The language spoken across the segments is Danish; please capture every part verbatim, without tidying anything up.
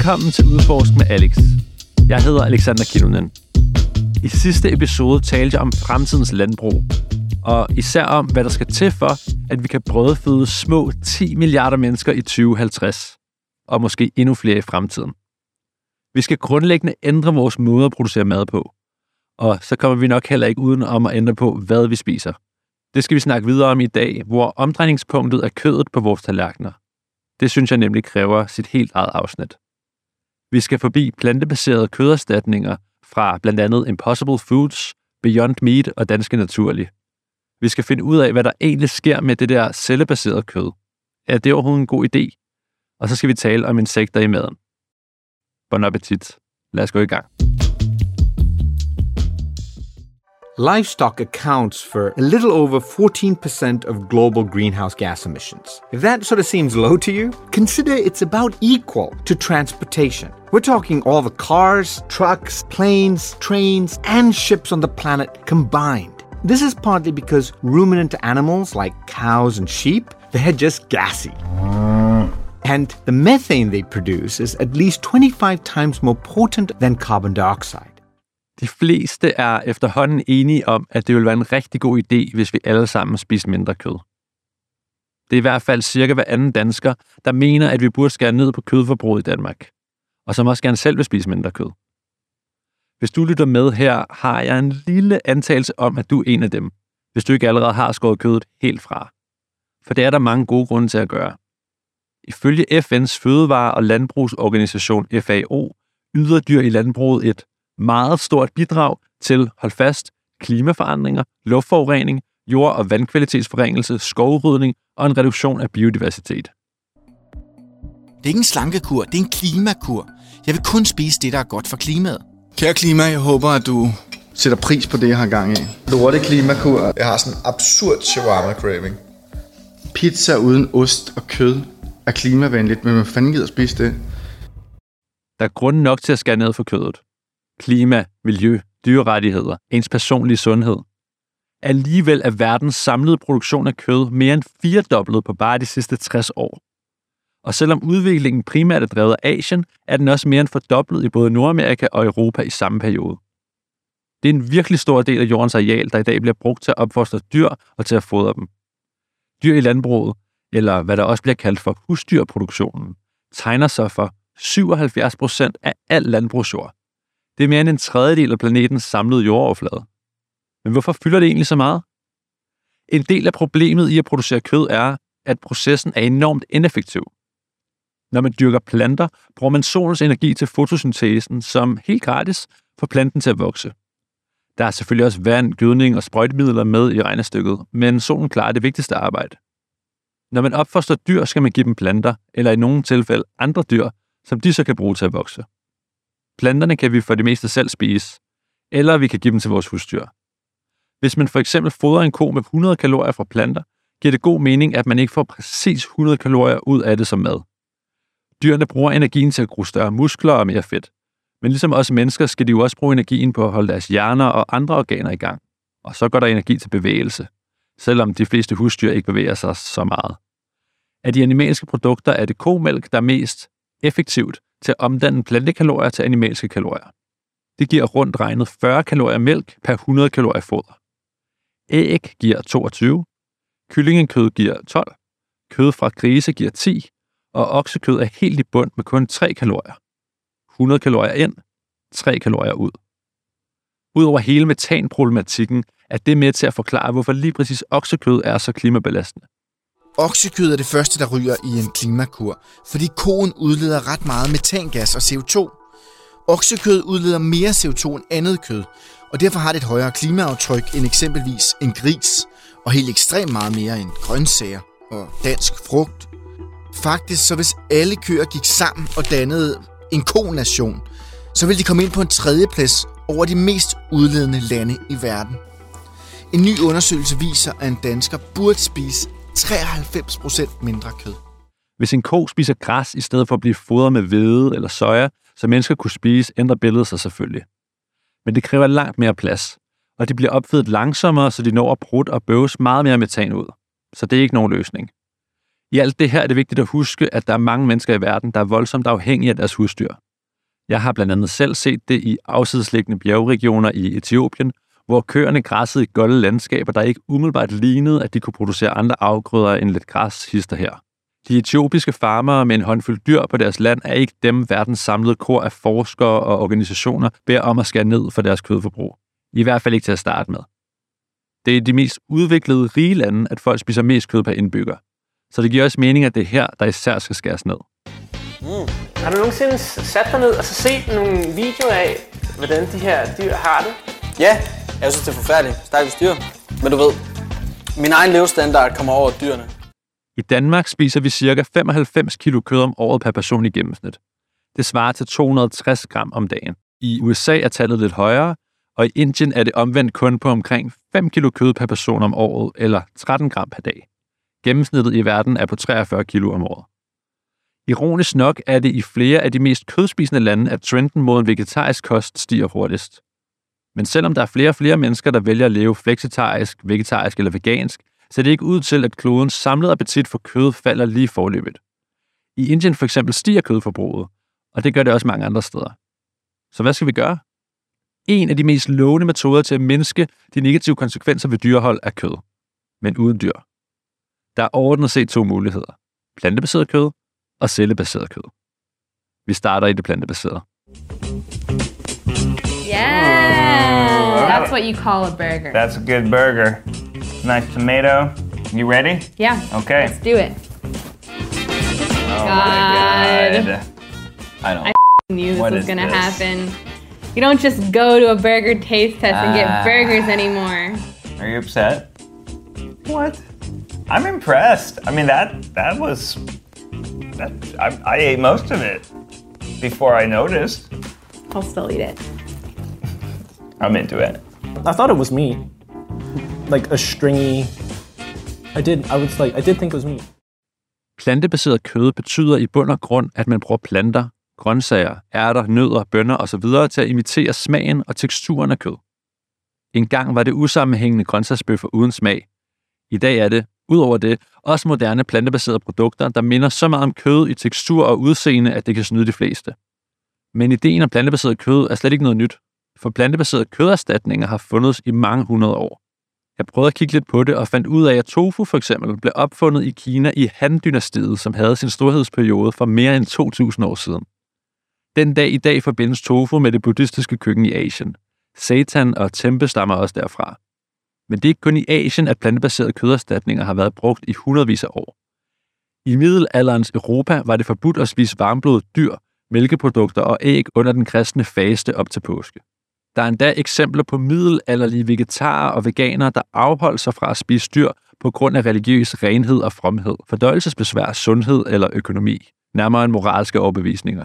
Velkommen til Udforsk med Alex. Jeg hedder Alexander Kinnunen. I sidste episode talte jeg om fremtidens landbrug, og især om, hvad der skal til for, at vi kan brødføde små ti milliarder mennesker i tyve halvtreds, og måske endnu flere i fremtiden. Vi skal grundlæggende ændre vores måde at producere mad på, og så kommer vi nok heller ikke uden om at ændre på, hvad vi spiser. Det skal vi snakke videre om i dag, hvor omdrejningspunktet er kødet på vores tallerkener. Det synes jeg nemlig kræver sit helt eget afsnit. Vi skal forbi plantebaserede køderstatninger fra blandt andet Impossible Foods, Beyond Meat og Danske Naturlig. Vi skal finde ud af, hvad der egentlig sker med det der cellebaserede kød. Er det overhovedet en god idé? Og så skal vi tale om insekter i maden. Bon appetit. Lad os gå i gang. Livestock accounts for a little over fourteen percent of global greenhouse gas emissions. If that sort of seems low to you, consider it's about equal to transportation. We're talking all the cars, trucks, planes, trains, and ships on the planet combined. This is partly because ruminant animals like cows and sheep, they're just gassy. And the methane they produce is at least twenty-five times more potent than carbon dioxide. De fleste er efterhånden enige om, at det vil være en rigtig god idé, hvis vi alle sammen spiser mindre kød. Det er i hvert fald cirka hver anden dansker, der mener, at vi burde skære ned på kødforbruget i Danmark, og som også gerne selv vil spise mindre kød. Hvis du lytter med her, har jeg en lille antagelse om, at du er en af dem, hvis du ikke allerede har skåret kødet helt fra. For det er der mange gode grunde til at gøre. Ifølge F N's fødevare- og landbrugsorganisation F A O yder dyr i landbruget et meget stort bidrag til, hold fast, klimaforandringer, luftforurening, jord- og vandkvalitetsforringelse, skovrydning og en reduktion af biodiversitet. Det er ikke en slankekur, det er en klimakur. Jeg vil kun spise det, der er godt for klimaet. Kære klima, jeg håber, at du sætter pris på det, jeg har gang i. Lorte klimakur. Jeg har sådan en absurd shawarma-craving. Pizza uden ost og kød er klimavenligt, men man fanden gider spise det. Der er grund nok til at skære ned for kødet. Klima, miljø, dyrerettigheder, ens personlige sundhed. Alligevel er verdens samlede produktion af kød mere end firedoblet på bare de sidste tres år. Og selvom udviklingen primært er drevet af Asien, er den også mere end fordoblet i både Nordamerika og Europa i samme periode. Det er en virkelig stor del af jordens areal, der i dag bliver brugt til at opfostre dyr og til at fodre dem. Dyr i landbruget, eller hvad der også bliver kaldt for husdyrproduktionen, tegner sig for syvoghalvfjerds procent af al landbrugsjord. Det er mere end en tredjedel af planetens samlede jordoverflade. Men hvorfor fylder det egentlig så meget? En del af problemet i at producere kød er, at processen er enormt ineffektiv. Når man dyrker planter, bruger man solens energi til fotosyntesen, som helt gratis får planten til at vokse. Der er selvfølgelig også vand, gødning og sprøjtemidler med i regnestykket, men solen klarer det vigtigste arbejde. Når man opfostrer dyr, skal man give dem planter, eller i nogle tilfælde andre dyr, som de så kan bruge til at vokse. Planterne kan vi for det meste selv spise, eller vi kan give dem til vores husdyr. Hvis man for eksempel fodrer en ko med hundrede kalorier fra planter, giver det god mening, at man ikke får præcis hundrede kalorier ud af det som mad. Dyrene bruger energien til at gro større muskler og mere fedt. Men ligesom os mennesker skal de jo også bruge energien på at holde deres hjerner og andre organer i gang. Og så går der energi til bevægelse, selvom de fleste husdyr ikke bevæger sig så meget. Af de animalske produkter er det komælk, der er mest effektivt til at omdanne plantekalorier til animalske kalorier. Det giver rundt regnet fyrre kalorier mælk per hundrede kalorier foder. Æg giver toogtyve, kyllingekød giver tolv, kød fra grise giver ti, og oksekød er helt i bund med kun tre kalorier. hundrede kalorier ind, tre kalorier ud. Udover hele metanproblematikken er det med til at forklare, hvorfor lige præcis oksekød er så klimabelastende. Oksekød er det første, der ryger i en klimakur, fordi koen udleder ret meget metangas og C O to. Oksekød udleder mere C O to end andet kød, og derfor har det et højere klimaaftryk end eksempelvis en gris, og helt ekstremt meget mere end grøntsager og dansk frugt. Faktisk, så hvis alle køer gik sammen og dannede en konation, så ville de komme ind på en tredjeplads over de mest udledende lande i verden. En ny undersøgelse viser, at en dansker burde spise treoghalvfems procent mindre kød. Hvis en ko spiser græs i stedet for at blive fodret med hvede eller soja, så mennesker kunne spise, ændrer billedet sig selvfølgelig. Men det kræver langt mere plads, og de bliver opfedet langsommere, så de når at prutte og bøves meget mere metan ud. Så det er ikke nogen løsning. I alt det her er det vigtigt at huske, at der er mange mennesker i verden, der er voldsomt afhængige af deres husdyr. Jeg har blandt andet selv set det i afsidesliggende bjergregioner i Etiopien, hvor køerne græssede i golde landskaber, der ikke umiddelbart lignede, at de kunne producere andre afgrøder end lidt græs hister her. De etiopiske farmere med en håndfuld dyr på deres land er ikke dem, verdens samlede kor af forskere og organisationer beder om at skære ned for deres kødforbrug. I hvert fald ikke til at starte med. Det er i de mest udviklede rige lande, at folk spiser mest kød per indbygger. Så det giver også mening, at det er her, der især skal skæres ned. Mm. Har du nogensinde sat dig ned og så set nogle videoer af, hvordan de her dyr har det? Ja, jeg synes, det er forfærdeligt. Stakkels dyr. Men du ved, min egen levestandard kommer over dyrene. I Danmark spiser vi ca. femoghalvfems kilo kød om året per person i gennemsnit. Det svarer til to hundrede og tres gram om dagen. I U S A er tallet lidt højere, og i Indien er det omvendt kun på omkring fem kilo kød per person om året, eller tretten gram per dag. Gennemsnittet i verden er på treogfyrre kilo om året. Ironisk nok er det i flere af de mest kødspisende lande, at trenden mod en vegetarisk kost stiger hurtigst. Men selvom der er flere og flere mennesker, der vælger at leve fleksitarisk, vegetarisk eller vegansk, ser det ikke ud til, at klodens samlede appetit for kød falder lige forløbet. I Indien for eksempel stiger kødforbruget, og det gør det også mange andre steder. Så hvad skal vi gøre? En af de mest lovende metoder til at mindske de negative konsekvenser ved dyrehold er kød, men uden dyr. Der er overordnet set to muligheder. Plantebaseret kød og cellebaseret kød. Vi starter i det plantebaserede. Yeah, that's what you call a burger. That's a good burger. Nice tomato. You ready? Yeah. Okay. Let's do it. Oh God. my god. I don't. I knew this What was is gonna this? happen. You don't just go to a burger taste test and get Ah. burgers anymore. Are you upset? What? I'm impressed. I mean that that was that I, I ate most of it before I noticed. I'll still eat it. I'm into it. I thought it was meat. Like a stringy... I did, I was like, I did think it was meat. Plantebaseret kød betyder i bund og grund, at man bruger planter, grøntsager, ærter, nødder, bønner osv. til at imitere smagen og teksturen af kød. Engang var det usammenhængende grøntsagsbøffer uden smag. I dag er det, udover det, også moderne plantebaserede produkter, der minder så meget om kød i tekstur og udseende, at det kan snyde de fleste. Men ideen om plantebaseret kød er slet ikke noget nyt, for plantebaserede køderstatninger har fundet i mange hundrede år. Jeg prøvede at kigge lidt på det og fandt ud af, at tofu for eksempel blev opfundet i Kina i Han-dynastiet, som havde sin storhedsperiode for mere end to tusind år siden. Den dag i dag forbindes tofu med det buddhistiske køkken i Asien. Seitan og tempe stammer også derfra. Men det er ikke kun i Asien, at plantebaserede køderstatninger har været brugt i hundredvis af år. I middelalderens Europa var det forbudt at spise varmblodet dyr, mælkeprodukter og æg under den kristne faste op til påske. Der er endda eksempler på middelalderlige vegetarer og veganere, der afholdt sig fra at spise dyr på grund af religiøs renhed og fromhed, fordøjelsesbesvær, sundhed eller økonomi, nærmere end moralske overbevisninger.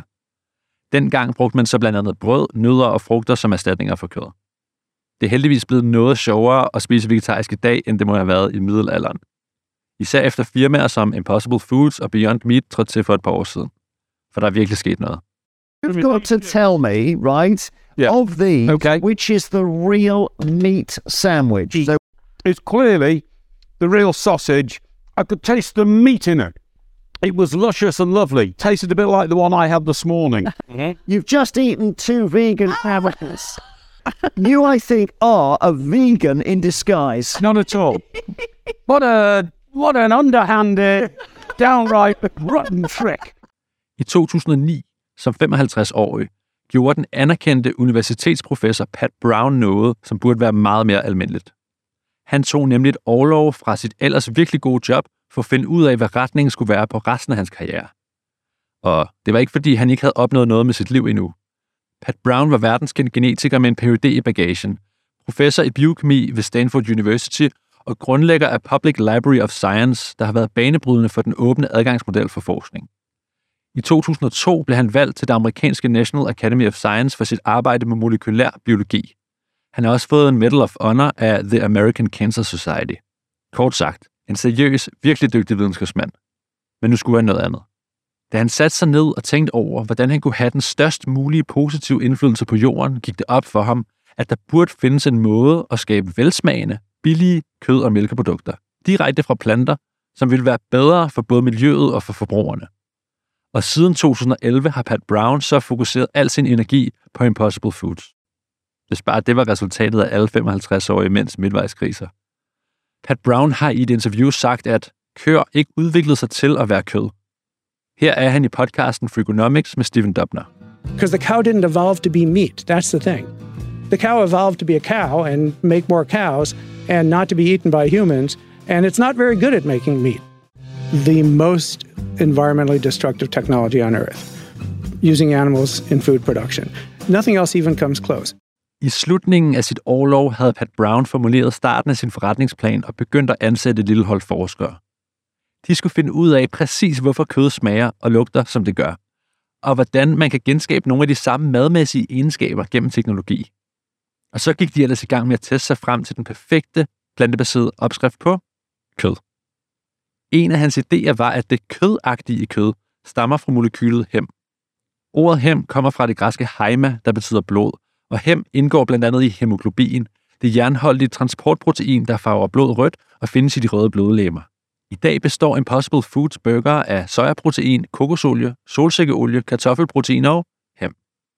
Dengang brugte man så blandt andet brød, nødder og frugter som erstatninger for kød. Det er heldigvis blevet noget sjovere at spise vegetarisk i dag, end det må have været i middelalderen. Især efter firmaer som Impossible Foods og Beyond Meat trådte til for et par år siden. For der er virkelig sket noget. You've got to tell me, right, yeah. of these, okay. which is the real meat sandwich? So it's clearly the real sausage. I could taste the meat in it. It was luscious and lovely. Tasted a bit like the one I had this morning. mm-hmm. You've just eaten two vegan sandwiches. You, I think, are a vegan in disguise. Not at all. What a what an underhanded, downright rotten trick. I to tusind og ni, som femoghalvtreds-årig, gjorde den anerkendte universitetsprofessor Pat Brown noget, som burde være meget mere almindeligt. Han tog nemlig et orlov fra sit ellers virkelig gode job for at finde ud af, hvad retningen skulle være på resten af hans karriere. Og det var ikke, fordi han ikke havde opnået noget med sit liv endnu. Pat Brown var verdenskendt genetiker med en P H D i bagagen, professor i biokemi ved Stanford University og grundlægger af Public Library of Science, der har været banebrydende for den åbne adgangsmodel for forskning. I to tusind og to blev han valgt til det amerikanske National Academy of Science for sit arbejde med molekylær biologi. Han har også fået en Medal of Honor af The American Cancer Society. Kort sagt, en seriøs, virkelig dygtig videnskabsmand. Men nu skulle han noget andet. Da han satte sig ned og tænkte over, hvordan han kunne have den størst mulige positive indflydelse på jorden, gik det op for ham, at der burde findes en måde at skabe velsmagende, billige kød- og mælkeprodukter, direkte fra planter, som ville være bedre for både miljøet og for forbrugerne. Og siden to tusind og elleve har Pat Brown så fokuseret al sin energi på Impossible Foods. Hvis bare det var resultatet af alle femoghalvtreds-årige mænds midtvejskriser. Pat Brown har i et interview sagt, at køer ikke udviklede sig til at være kød. Her er han i podcasten Freakonomics med Stephen Dubner. Because the cow didn't evolve to be meat. That's the thing. The cow evolved to be a cow and make more cows and not to be eaten by humans, and it's not very good at making meat. The most environmentally destructive technology on Earth, using animals in food production. Nothing else even comes close. I slutningen af sit orlov havde Pat Brown formuleret starten af sin forretningsplan og begyndt at ansætte et lille hold forskere. De skulle finde ud af præcis, hvorfor kød smager og lugter, som det gør, og hvordan man kan genskabe nogle af de samme madmæssige egenskaber gennem teknologi. Og så gik de ellers i gang med at teste sig frem til den perfekte plantebaserede opskrift på kød. En af hans idéer var, at det kødagtige kød stammer fra molekylet hem. Ordet hem kommer fra det græske haima, der betyder blod, og hem indgår blandt andet i hemoglobin, det jernholdige transportprotein, der farver blod rødt og findes i de røde blodlegemer. I dag består Impossible Foods burger af sojaprotein, kokosolie, solsikkeolie, kartoffelprotein og hem.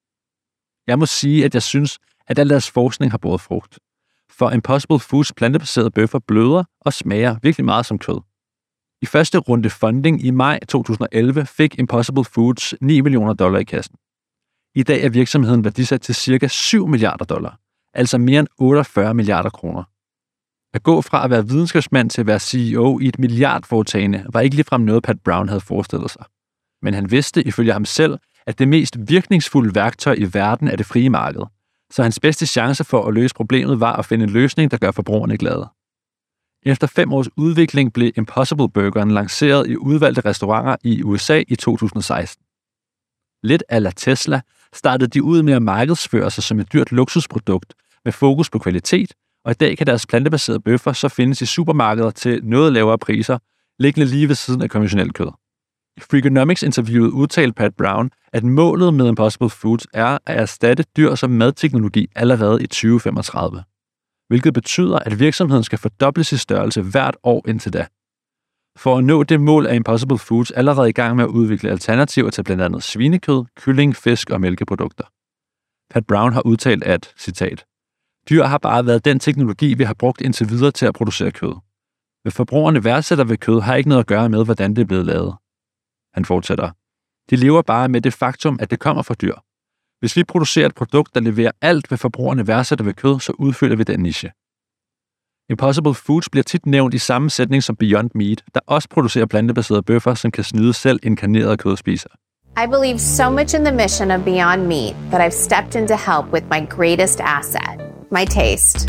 Jeg må sige, at jeg synes, at al deres forskning har båret frugt. For Impossible Foods plantebaserede bøffer bløder og smager virkelig meget som kød. I første runde funding i maj to tusind og elleve fik Impossible Foods ni millioner dollar i kassen. I dag er virksomheden værdisat til cirka syv milliarder dollar, altså mere end otteogfyrre milliarder kroner. At gå fra at være videnskabsmand til at være C E O i et milliardforetagende var ikke ligefrem noget, Pat Brown havde forestillet sig. Men han vidste, ifølge ham selv, at det mest virkningsfulde værktøj i verden er det frie marked, så hans bedste chance for at løse problemet var at finde en løsning, der gør forbrugerne glade. Efter fem års udvikling blev Impossible Burgeren lanceret i udvalgte restauranter i U S A i to tusind og seksten. Lidt a la Tesla startede de ud med at markedsføre sig som et dyrt luksusprodukt med fokus på kvalitet, og i dag kan deres plantebaserede bøffer så findes i supermarkeder til noget lavere priser, liggende lige ved siden af konventionelt kød. I Freakonomics-interviewet udtalte Pat Brown, at målet med Impossible Foods er at erstatte dyr som madteknologi allerede i tyve femogtredive. Hvilket betyder, at virksomheden skal fordoble sin størrelse hvert år indtil da. For at nå det mål er Impossible Foods allerede i gang med at udvikle alternativer til blandt andet svinekød, kylling, fisk og mælkeprodukter. Pat Brown har udtalt, at, citat, dyr har bare været den teknologi, vi har brugt indtil videre til at producere kød. Hvad forbrugerne værdsætter ved kød, har ikke noget at gøre med, hvordan det er blevet lavet. Han fortsætter. De lever bare med det faktum, at det kommer fra dyr. Hvis vi producerer et produkt, der leverer alt, hvad forbrugerne værdsætter ved kød, så udfylder vi den niche. Impossible Foods bliver tit nævnt i samme sætning som Beyond Meat, der også producerer plantebaserede bøffer, som kan snyde selv inkarnerede kødspisere. I believe so much in the mission of Beyond Meat that I've stepped in to help with my greatest asset, my taste.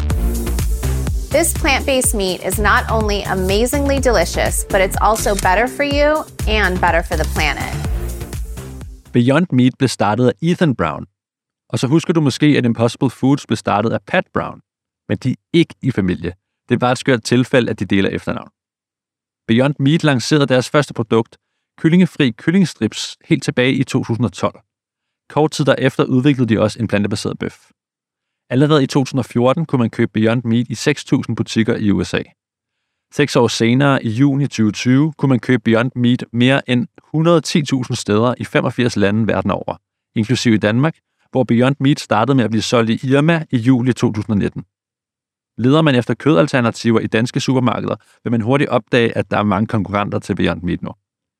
This plant-based meat is not only amazingly delicious, but it's also better for you and better for the planet. Beyond Meat blev startet af Ethan Brown. Og så husker du måske, at Impossible Foods blev startet af Pat Brown. Men de er ikke i familie. Det var et skørt tilfælde, at de deler efternavn. Beyond Meat lancerede deres første produkt, kyllingefri kyllingestrips, helt tilbage i to tusind og tolv. Kort tid derefter udviklede de også en plantebaseret bøf. Allerede i to tusind og fjorten kunne man købe Beyond Meat i seks tusind butikker i U S A. Seks år senere, i juni tyve tyve, kunne man købe Beyond Meat mere end et hundrede og ti tusind steder i femogfirs lande verden over, inklusive i Danmark, hvor Beyond Meat startede med at blive solgt i Irma i juli to tusind og nitten. Leder man efter kødalternativer i danske supermarkeder, vil man hurtigt opdage, at der er mange konkurrenter til Beyond Meat nu.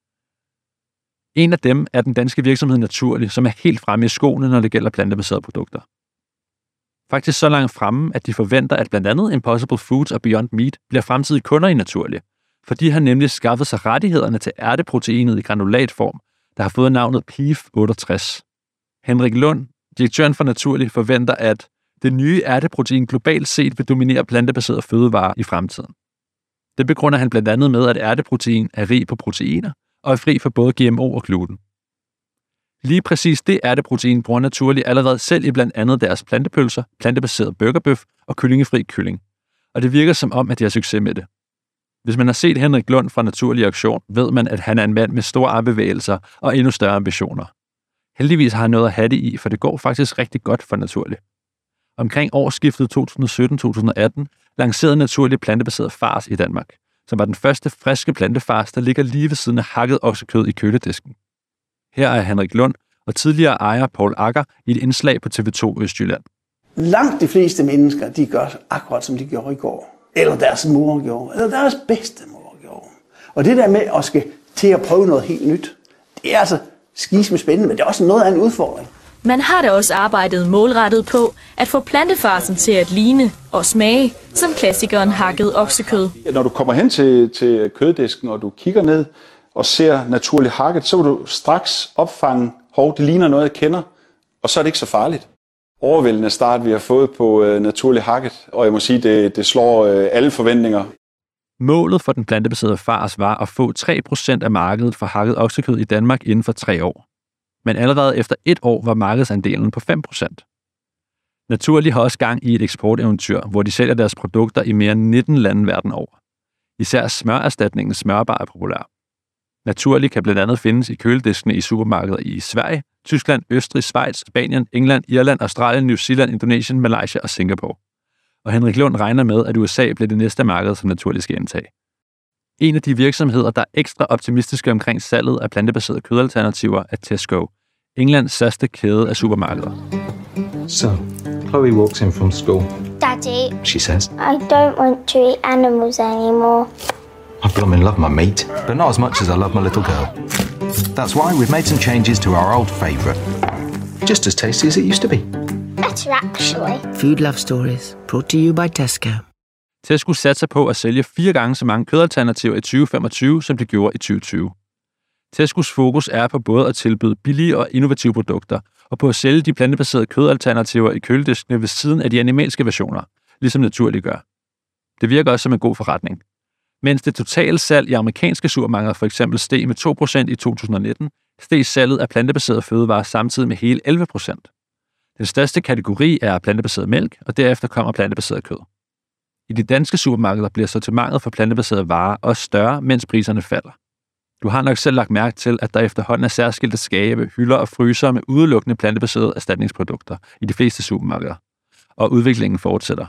En af dem er den danske virksomhed Naturli', som er helt fremme i skoene, når det gælder plantebaserede produkter. Faktisk så langt fremme, at de forventer, at blandt andet Impossible Foods og Beyond Meat bliver fremtidige kunder i Naturli', for de har nemlig skaffet sig rettighederne til ærteproteinet i granulatform, der har fået navnet P I F otteogtres. Henrik Lund, direktøren for Naturli', forventer, at det nye ærteprotein globalt set vil dominere plantebaserede fødevarer i fremtiden. Det begrunder han blandt andet med, at ærteprotein er rig på proteiner og er fri for både G M O og gluten. Lige præcis det ærteprotein bruger Naturli' allerede selv i blandt andet deres plantepølser, plantebaseret burgerbøf og kyllingefri kylling. Og det virker som om, at de har succes med det. Hvis man har set Henrik Lund fra Naturli' Auktion, ved man, at han er en mand med store armbevægelser og endnu større ambitioner. Heldigvis har han noget at have det i, for det går faktisk rigtig godt for Naturli'. Omkring årsskiftet to tusind og sytten til to tusind og atten lancerede Naturli' plantebaseret fars i Danmark, som var den første friske plantefars, der ligger lige ved siden af hakket oksekød i køledisken. Her er Henrik Lund og tidligere ejer Paul Akker i et indslag på T V to Østjylland. Langt de fleste mennesker, de gør akkurat som de gjorde i går. Eller deres mor gjorde, eller deres bedstemor gjorde. Og det der med at skal til at prøve noget helt nyt, det er altså skisme spændende, men det er også noget af en udfordring. Man har da også arbejdet målrettet på at få plantefarsen til at ligne og smage som klassikeren hakket oksekød. Når du kommer hen til, til køddisken, og du kigger ned og ser naturligt hakket, så vil du straks opfange, hov, det ligner noget, jeg kender, og så er det ikke så farligt. Overvældende start, vi har fået på øh, naturligt hakket, og jeg må sige, det, det slår øh, alle forventninger. Målet for den plantebaserede fars var at få tre procent af markedet for hakket oksekød i Danmark inden for tre år. Men allerede efter et år var markedsandelen på fem procent. Naturlig har også gang i et eksporteventyr, hvor de sælger deres produkter i mere end nitten lande verden over. Især smørerstatningen smørbar er populær. Naturlig kan blandt andet findes i kølediskene i supermarkeder i Sverige, Tyskland, Østrig, Schweiz, Spanien, England, Irland, Australien, New Zealand, Indonesien, Malaysia og Singapore. Og Henrik Lund regner med, at U S A bliver det næste marked, som naturligt skal indtage. En af de virksomheder, der er ekstra optimistiske omkring salget af plantebaserede kødalternativer, er Tesco, Englands største kæde af supermarkeder. So, Chloe walks in from school. Daddy, She says, I don't want to eat animals anymore. I blooming love my meat, but not as much as I love my little girl. That's why we've made some changes to our old favourite. Just as tasty as it used to be. Better, actually. Food Love Stories, brought to you by Tesco. Tesco satser på at sælge fire gange så mange kødalternativer i tyve femogtyve, som de gjorde i tyve tyve. Tescos fokus er på både at tilbyde billige og innovative produkter, og på at sælge de plantebaserede kødalternativer i kølediskene ved siden af de animalske versioner, ligesom naturligt gør. Det virker også som en god forretning. Mens det totale salg i amerikanske supermarkeder for eksempel steg med to procent i to tusind nitten, steg salget af plantebaserede fødevarer samtidig med hele elleve procent. Den største kategori er plantebaseret mælk, og derefter kommer plantebaseret kød. I de danske supermarkeder bliver sortimentet for plantebaserede varer også større, mens priserne falder. Du har nok selv lagt mærke til, at der efterhånden er særskilte skabe, hylder og fryser med udelukkende plantebaserede erstatningsprodukter i de fleste supermarkeder. Og udviklingen fortsætter.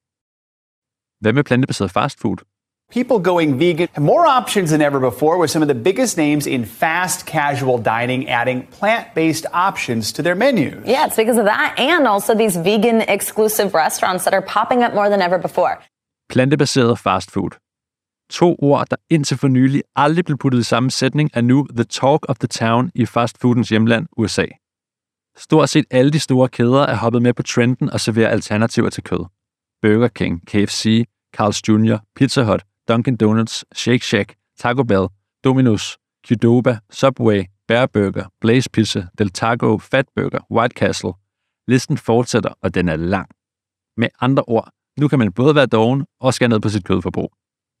Hvad med plantebaseret fastfood? People going vegan have more options than ever before, with some of the biggest names in fast casual dining adding plant-based options to their menus. Yeah, it's because of that and also these vegan exclusive restaurants that are popping up more than ever before. Plantebaseret fastfood. To ord, der indtil for nylig aldrig blev puttet i samme sætning, er nu the talk of the town i fastfoodens hjemland, U S A. Stort set alle de store kæder er hoppet med på trenden og serverer alternativer til kød. Burger King, K F C, Carl's junior, Pizza Hut, Dunkin' Donuts, Shake Shack, Taco Bell, Domino's, Qdoba, Subway, Bear Burger, Blaze Pizza, Del Taco, Fat Burger, White Castle. Listen fortsætter, og den er lang. Med andre ord, nu kan man både være doven og skære ned på sit kødforbrug.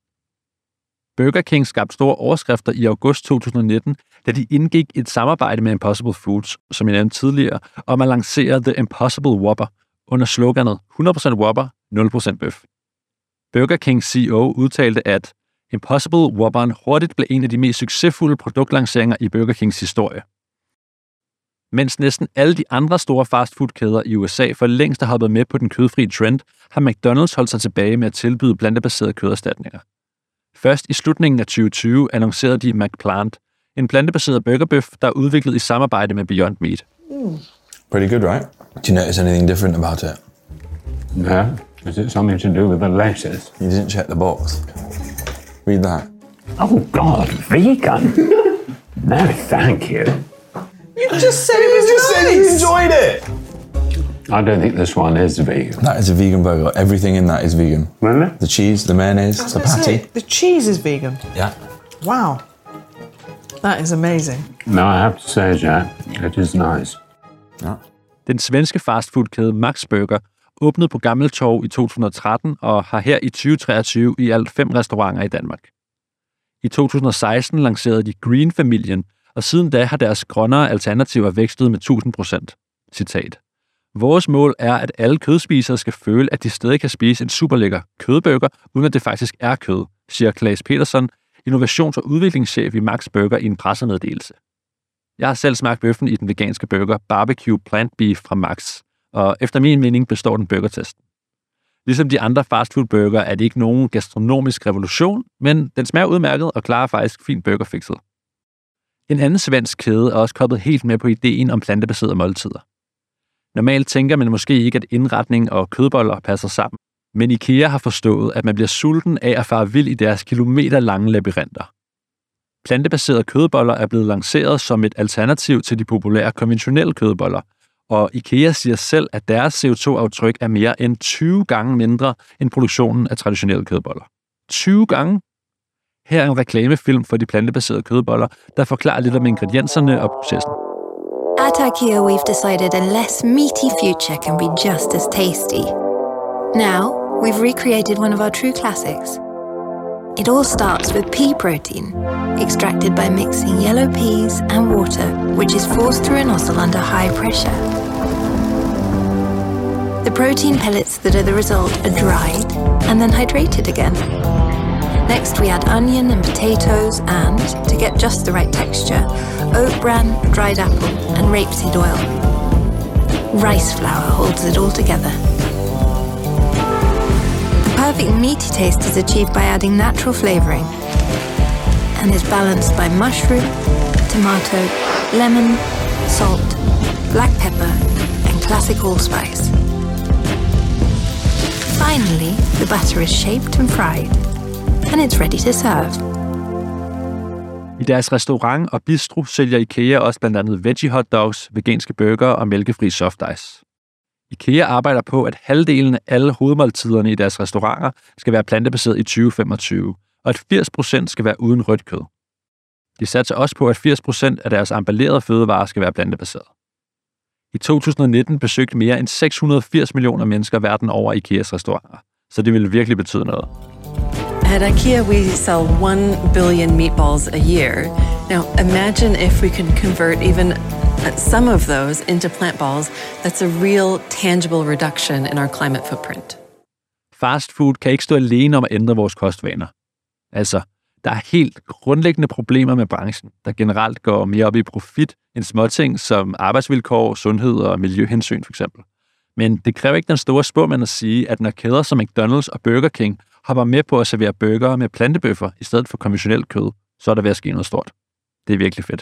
Burger King skabte store overskrifter i august to tusind nitten, da de indgik et samarbejde med Impossible Foods, som jeg nævnte tidligere, om at lancere The Impossible Whopper under sloganet hundrede procent Whopper, nul procent bøf. Burger King C E O udtalte, at Impossible Whopperen hurtigt blev en af de mest succesfulde produktlanceringer i Burger Kings historie. Mens næsten alle de andre store fastfoodkæder i U S A for længst har hoppet med på den kødfri trend, har McDonald's holdt sig tilbage med at tilbyde plantebaserede køderstatninger. Først i slutningen af tyve tyve annoncerede de McPlant, en plantebaseret burgerbøf, der er udviklet i samarbejde med Beyond Meat. Mm. Pretty good, right? Do you notice anything different about it? No. Is it something to do with the lettuce? You didn't check the box. Read that. Oh God, vegan? No, thank you. You just said it was just nice. Said you enjoyed it. I don't think this one is vegan. That is a vegan burger. Everything in that is vegan. Really? The cheese, the mayonnaise, the patty. The cheese is vegan. Yeah. Wow. That is amazing. No, I have to say, Jack, it is nice. Ja. Den svenske fastfoodkæde Max Burger åbnede på Gammeltorv i to tusind og tretten og har her i tyve treogtyve i alt fem restauranter i Danmark. I to tusind og seksten lancerede de Green-familien, og siden da har deres grønnere alternativer vækstet med tusind procent. Citat. Vores mål er, at alle kødspisere skal føle, at de stadig kan spise en superlækker kødburger, uden at det faktisk er kød, siger Claes Petersen, innovations- og udviklingschef i Max Burger i en pressemeddelelse. Jeg har selv smagt bøffen i den veganske burger Barbecue Plant Beef fra Max, og efter min mening består den burgertesten. Ligesom de andre fastfoodburger er det ikke nogen gastronomisk revolution, men den smager udmærket og klarer faktisk fint burgerfixet. En anden svensk kæde er også kommet helt med på ideen om plantebaserede måltider. Normalt tænker man måske ikke, at indretning og kødboller passer sammen, men IKEA har forstået, at man bliver sulten af at fare vild i deres kilometerlange labyrinter. Plantebaserede kødboller er blevet lanceret som et alternativ til de populære konventionelle kødboller, og IKEA siger selv, at deres C O to aftryk er mere end tyve gange mindre end produktionen af traditionelle kødboller. tyve gange? Her er en reklamefilm for de plantebaserede kødboller, der forklarer lidt om ingredienserne og processen. At IKEA, we've decided a less meaty future can be just as tasty. Now, we've recreated one of our true classics. It all starts with pea protein, extracted by mixing yellow peas and water, which is forced through a nozzle under high pressure. The protein pellets that are the result are dried and then hydrated again. Next, we add onion and potatoes and, to get just the right texture, oat bran, dried apple, and rapeseed oil. Rice flour holds it all together. The perfect meaty taste is achieved by adding natural flavoring and is balanced by mushroom, tomato, lemon, salt, black pepper, and classic allspice. Finally, the butter is shaped and fried, and it's ready to serve. I deres restaurant og bistro sælger IKEA også blandt andet veggie hotdogs, veganske burger og mælkefri soft ice. IKEA arbejder på, at halvdelen af alle hovedmåltiderne i deres restauranter skal være plantebaseret i tyve femogtyve, og at firs procent skal være uden rødt kød. De satser også på, at firs procent af deres emballerede fødevarer skal være plantebaseret. I to tusind og nitten besøgte mere end seks hundrede og firs millioner mennesker verden over IKEAs restauranter, så det ville virkelig betyde noget. At IKEA, we sell one billion meatballs a year. Now, imagine if we can convert even some of those into plant balls. That's a real, tangible reduction in our climate footprint. Fast food kan ikke stå alene om at ændre vores kostvaner. Altså, der er helt grundlæggende problemer med branchen, der generelt går mere op i profit end småting som arbejdsvilkår, sundhed og miljøhensyn for eksempel. Men det kræver ikke den store spåmand at sige, at når kæder som McDonald's og Burger King hopper med på at servere burgere med plantebøffer i stedet for konventionelt kød, så er der ved at ske noget stort. Det er virkelig fedt.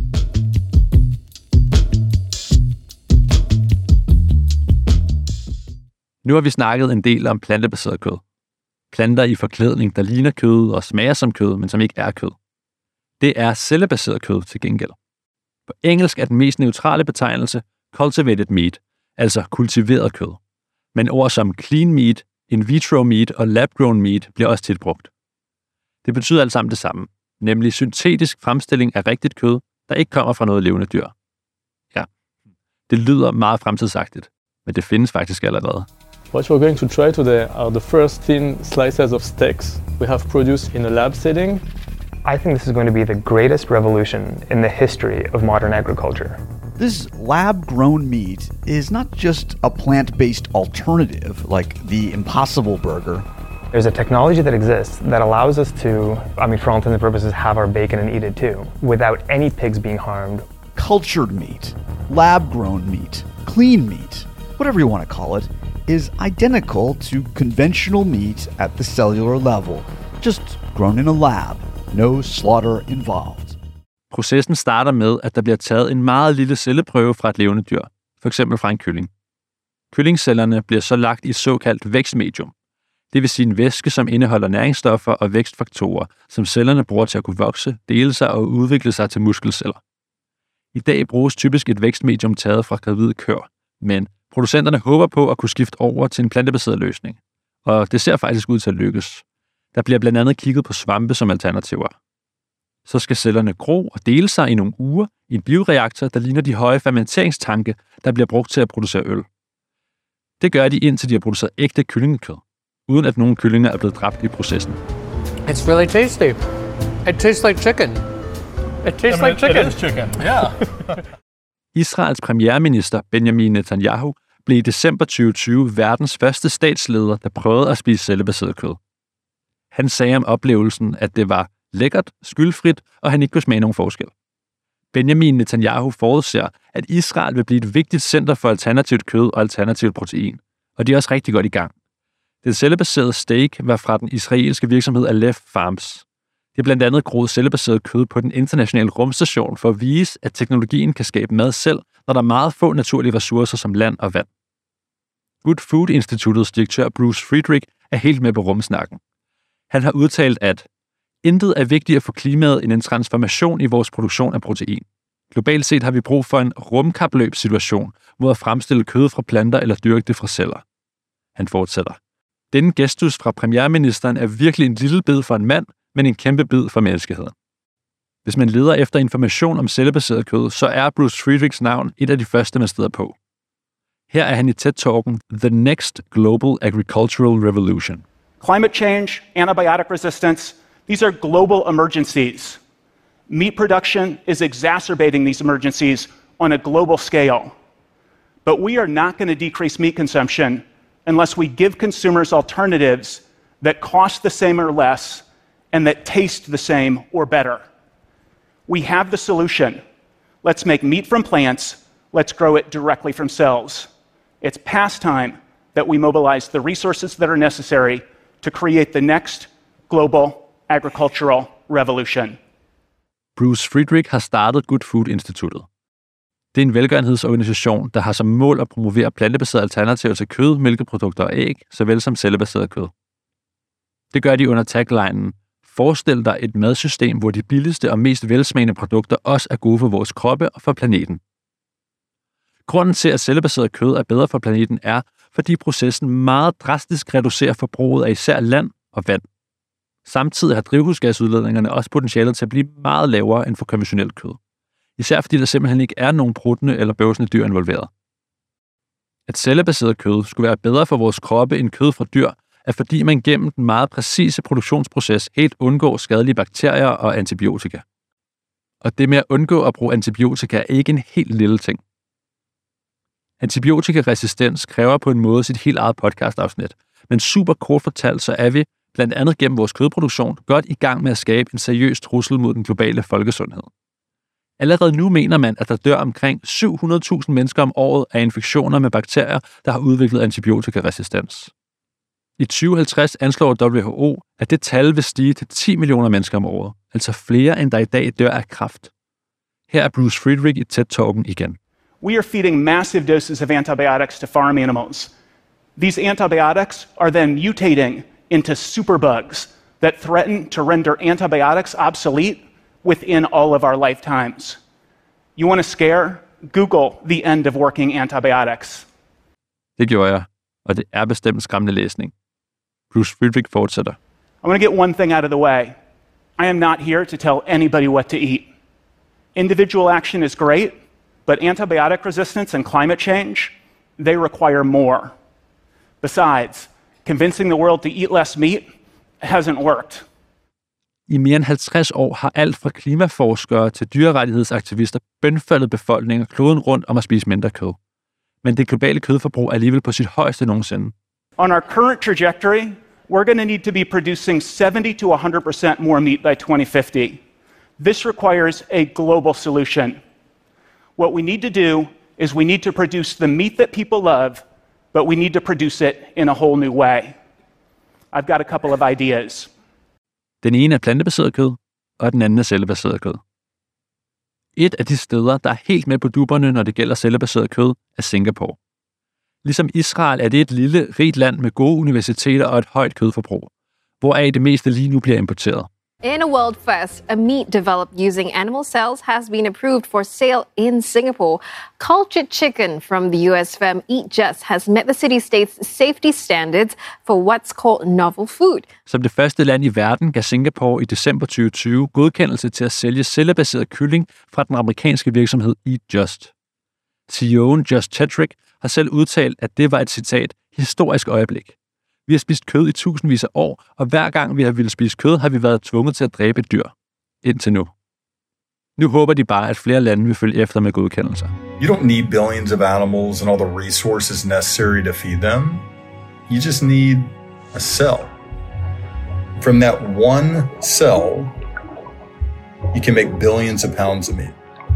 Nu har vi snakket en del om plantebaseret kød. Planter i forklædning, der ligner kød og smager som kød, men som ikke er kød. Det er cellebaseret kød til gengæld. På engelsk er den mest neutrale betegnelse cultivated meat, altså kultiveret kød. Men ord som clean meat, in vitro meat og lab-grown meat bliver også tit brugt. Det betyder alt sammen det samme, nemlig syntetisk fremstilling af rigtigt kød, der ikke kommer fra noget levende dyr. Ja, det lyder meget fremtidsagtigt, men det findes faktisk allerede. What we're going to try today are the first thin slices of steaks we have produced in a lab setting. I think this is going to be the greatest revolution in the history of modern agriculture. This lab-grown meat is not just a plant-based alternative like the Impossible Burger. There's a technology that exists that allows us to, I mean, for all intents and purposes, have our bacon and eat it too, without any pigs being harmed. Cultured meat, lab-grown meat, clean meat, whatever you want to call it, is identical to conventional meat at the cellular level, just grown in a lab, no slaughter involved. Processen starter med, at der bliver taget en meget lille celleprøve fra et levende dyr, f.eks. fra en kylling. Kyllingcellerne bliver så lagt i et såkaldt vækstmedium, det vil sige en væske, som indeholder næringsstoffer og vækstfaktorer, som cellerne bruger til at kunne vokse, dele sig og udvikle sig til muskelceller. I dag bruges typisk et vækstmedium taget fra gravide køer, men producenterne håber på at kunne skifte over til en plantebaseret løsning, og det ser faktisk ud til at lykkes. Der bliver blandt andet kigget på svampe som alternativer. Så skal cellerne gro og dele sig i nogle uger i en bioreaktor, der ligner de høje fermenteringstanke, der bliver brugt til at producere øl. Det gør de indtil de har produceret ægte kyllingekød, uden at nogen kyllinger er blevet dræbt i processen. It's really tasty. It tastes like chicken. It tastes Jamen, like chicken. It is chicken, yeah. Israels premierminister Benjamin Netanyahu blev i december tyve tyve verdens første statsleder, der prøvede at spise cellebaseret kød. Han sagde om oplevelsen, at det var lækkert, skyldfrit, og han ikke kunne smage nogen forskel. Benjamin Netanyahu forudser, at Israel vil blive et vigtigt center for alternativt kød og alternativt protein, og de er også rigtig godt i gang. Den cellebaserede steak var fra den israelske virksomhed Aleph Farms. De har blandt andet groet cellebaseret kød på den internationale rumstation for at vise, at teknologien kan skabe mad selv, når der er meget få naturlige ressourcer som land og vand. Good Food Instituttets direktør Bruce Friedrich er helt med på rumsnakken. Han har udtalt, at intet er vigtigere for klimaet end en transformation i vores produktion af protein. Globalt set har vi brug for en rumkapløbssituation, mod at fremstille kød fra planter eller dyrke det fra celler. Han fortsætter. Denne gestus fra premierministeren er virkelig en lille bid for en mand, men en kæmpe bid for menneskeheden. Hvis man leder efter information om cellebaseret kød, så er Bruce Friedrichs navn et af de første, man støder på. Her er han i TED-talken The Next Global Agricultural Revolution. Climate change, antibiotic resistance, these are global emergencies. Meat production is exacerbating these emergencies on a global scale. But we are not going to decrease meat consumption unless we give consumers alternatives that cost the same or less and that taste the same or better. We have the solution. Let's make meat from plants. Let's grow it directly from cells. It's past time that we mobilize the resources that are necessary to create the next global agricultural revolution. Bruce Friedrich har startet Good Food Instituttet. Det er en velgørenhedsorganisation, der har som mål at promovere plantebaserede alternativer til kød, mælkeprodukter og æg, såvel som cellebaseret kød. Det gør de under taglinen: Forestil dig et madsystem, hvor de billigste og mest velsmagende produkter også er gode for vores kroppe og for planeten. Grunden til, at cellebaseret kød er bedre for planeten, er, fordi processen meget drastisk reducerer forbruget af især land og vand. Samtidig har drivhusgasudledningerne også potentiale til at blive meget lavere end for konventionelt kød. Især fordi der simpelthen ikke er nogen pruttende eller bøvsende dyr involveret. At cellebaseret kød skulle være bedre for vores kroppe end kød fra dyr, er fordi man gennem den meget præcise produktionsproces helt undgår skadelige bakterier og antibiotika. Og det med at undgå at bruge antibiotika er ikke en helt lille ting. Antibiotikaresistens kræver på en måde sit helt eget podcastafsnit, men super kort fortalt, så er vi, blandt andet gennem vores kødproduktion, godt i gang med at skabe en seriøs trussel mod den globale folkesundhed. Allerede nu mener man, at der dør omkring syv hundrede tusind mennesker om året af infektioner med bakterier, der har udviklet antibiotikaresistens. I tyve halvtreds anslår W H O, at det tal vil stige til ti millioner mennesker om året, altså flere end der i dag dør af kræft. Her er Bruce Friedrich i TED-talken igen. We are feeding massive doses of antibiotics to farm animals. These antibiotics are then mutating into superbugs that threaten to render antibiotics obsolete within all of our lifetimes. You want to scare? Google the end of working antibiotics. Det gjorde jeg, og det er bestemt skræmmende læsning. Bruce Friedrich fortsætter. I want to get one thing out of the way. I am not here to tell anybody what to eat. Individual action is great, but antibiotic resistance and climate change, they require more. Besides, convincing the world to eat less meat hasn't worked. I mere end halvtreds år har alt fra klimaforskere til dyrerettighedsaktivister bønfaldet befolkningen kloden rundt om at spise mindre kød. Men det globale kødforbrug er alligevel på sit højeste nogensinde. On our current trajectory, we're going to need to be producing seventy to one hundred percent more meat by twenty fifty. This requires a global solution. What we need to do is we need to produce the meat that people love, but we need to produce it in a whole new way. I've got a couple of ideas. Den ene er plantebaseret kød, og den anden er cellebaseret kød. Et af de steder, der er helt med på dupperne, når det gælder cellebaseret kød, er Singapore. Ligesom Israel er det et lille, rigt land med gode universiteter og et højt kødforbrug, hvoraf det meste lige nu bliver importeret. In a world first, a meat developed using animal cells has been approved for sale in Singapore. Cultured chicken from the U S firm Eat Just has met the city-state's safety standards for what's called novel food. Som det første land i verden gav Singapore i december tyve tyve godkendelse til at sælge cellebaseret kylling fra den amerikanske virksomhed Eat Just. C E O'en Just Tetrick har selv udtalt, at det var et citat historisk øjeblik. Vi har spist kød i tusindvis af år, og hver gang vi har ville spise kød, har vi været tvunget til at dræbe et dyr. Indtil nu. Nu håber de bare, at flere lande vil følge efter med godkendelser. You don't need billions of animals and all the resources necessary to feed them. You just need a cell. From that one cell, you can make billions of pounds of meat.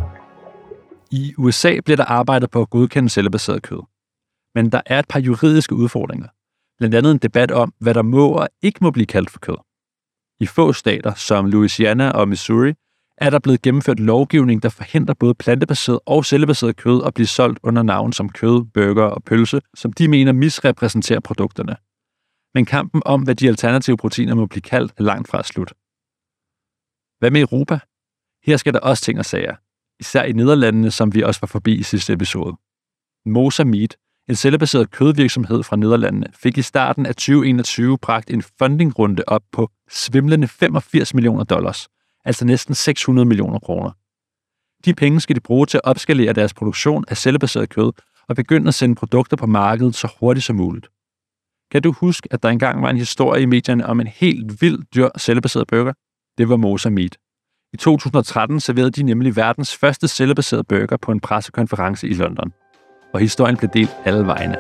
I U S A bliver der arbejdet på at godkende cellebaseret kød. Men der er et par juridiske udfordringer. Blandt andet en debat om, hvad der må og ikke må blive kaldt for kød. I få stater, som Louisiana og Missouri, er der blevet gennemført lovgivning, der forhindrer både plantebaseret og cellebaseret kød at blive solgt under navn som kød, burger og pølse, som de mener misrepræsenterer produkterne. Men kampen om, hvad de alternative proteiner må blive kaldt, er langt fra slut. Hvad med Europa? Her skal der også ting og sager. Især i Nederlandene, som vi også var forbi i sidste episode. Mosa Meat, en cellebaseret kødvirksomhed fra Nederlandene, fik i starten af tyve enogtyve bragt en fundingrunde op på svimlende femogfirs millioner dollars, altså næsten seks hundrede millioner kroner. De penge skal de bruge til at opskalere deres produktion af cellebaseret kød og begynde at sende produkter på markedet så hurtigt som muligt. Kan du huske, at der engang var en historie i medierne om en helt vild dyr cellebaseret burger? Det var Mosa Meat. I to tusind og tretten serverede de nemlig verdens første cellebaserede burger på en pressekonference i London. Og historien blev delt alle vegne.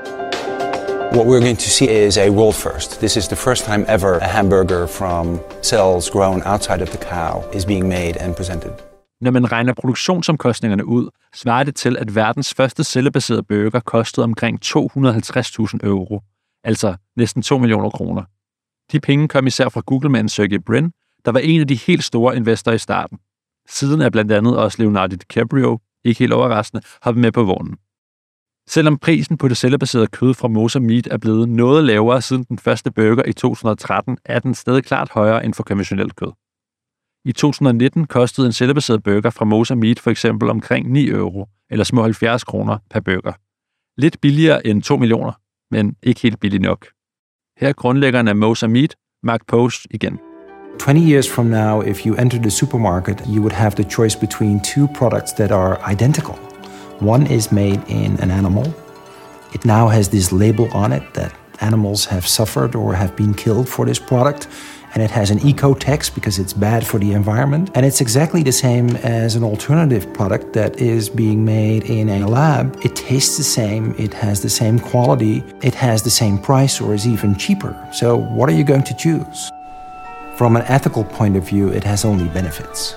What we're going to see is a world first. This is the first time ever a hamburger from cells grown outside of the cow is being made and presented. Når man regner produktionsomkostningerne ud, svarer det til, at verdens første cellebaserede burger kostede omkring to hundrede og halvtreds tusind euro, altså næsten to millioner kroner. De penge kom især fra Google-manden Sergey Brin, der var en af de helt store investorer i starten. Siden er blandt andet også Leonardo DiCaprio, ikke helt overraskende, hoppet med på vognen. Selvom prisen på det cellebaserede kød fra Mosa Meat er blevet noget lavere siden den første burger i to tusind og tretten, er den stadig klart højere end for konventionelt kød. I to tusind og nitten kostede en cellebaseret burger fra Mosa Meat for eksempel omkring ni euro, eller små halvfjerds kroner per burger. Lidt billigere end to millioner, men ikke helt billigt nok. Her er grundlæggeren af Mosa Meat, Mark Post, igen. twenty years from now, if you enter the supermarket, you would have the choice between two products that are identical. One is made in an animal. It now has this label on it that animals have suffered or have been killed for this product. And it has an eco-tax because it's bad for the environment. And it's exactly the same as an alternative product that is being made in a lab. It tastes the same, it has the same quality, it has the same price or is even cheaper. So what are you going to choose? From an ethical point of view, it has only benefits.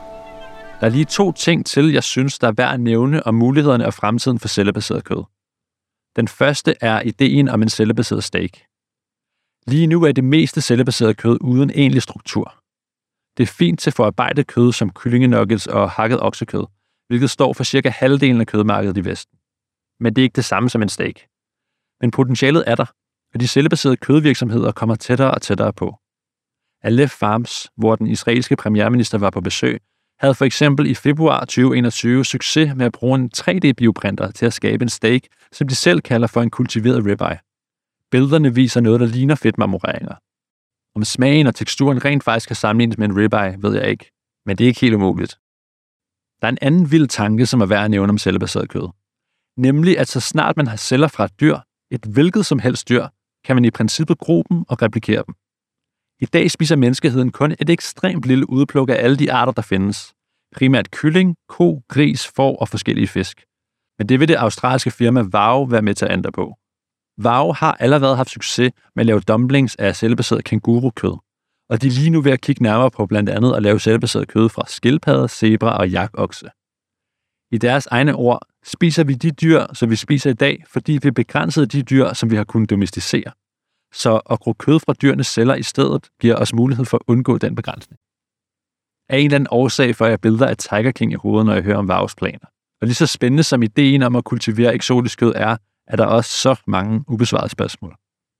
Der er lige to ting til, jeg synes, der er værd at nævne om mulighederne og fremtiden for cellebaseret kød. Den første er ideen om en cellebaseret steak. Lige nu er det meste cellebaseret kød uden egentlig struktur. Det er fint til forarbejdet kød som kyllingenuggets og hakket oksekød, hvilket står for cirka halvdelen af kødmarkedet i Vesten. Men det er ikke det samme som en steak. Men potentialet er der, og de cellebaserede kødvirksomheder kommer tættere og tættere på. Aleph Farms, hvor den israelske premierminister var på besøg, havde for eksempel i februar tyve enogtyve succes med at bruge en tre D-bioprinter til at skabe en steak, som de selv kalder for en kultiveret ribeye. Billederne viser noget, der ligner fedtmarmoreringer. Om smagen og teksturen rent faktisk kan sammenlignes med en ribeye, ved jeg ikke, men det er ikke helt umuligt. Der er en anden vild tanke, som er værd at nævne om cellebaseret kød. Nemlig, at så snart man har celler fra et dyr, et hvilket som helst dyr, kan man i princippet gro dem og replikere dem. I dag spiser menneskeheden kun et ekstremt lille udpluk af alle de arter, der findes. Primært kylling, ko, gris, får og forskellige fisk. Men det vil det australske firma Vow være med til at ændre på. Vow har allerede haft succes med at lave dumplings af cellebaseret kængurukød, og de er lige nu ved at kigge nærmere på blandt andet at lave cellebaseret kød fra skildpadder, zebra og jakokse. I deres egne ord spiser vi de dyr, som vi spiser i dag, fordi vi begrænsede de dyr, som vi har kunnet domesticere. Så at gro kød fra dyrenes celler i stedet giver os mulighed for at undgå den begrænsning. Af en eller anden årsag får jeg billeder af Tiger King i hovedet, når jeg hører om Vows planer. Og lige så spændende som ideen om at kultivere eksotisk kød er, er der også så mange ubesvarede spørgsmål.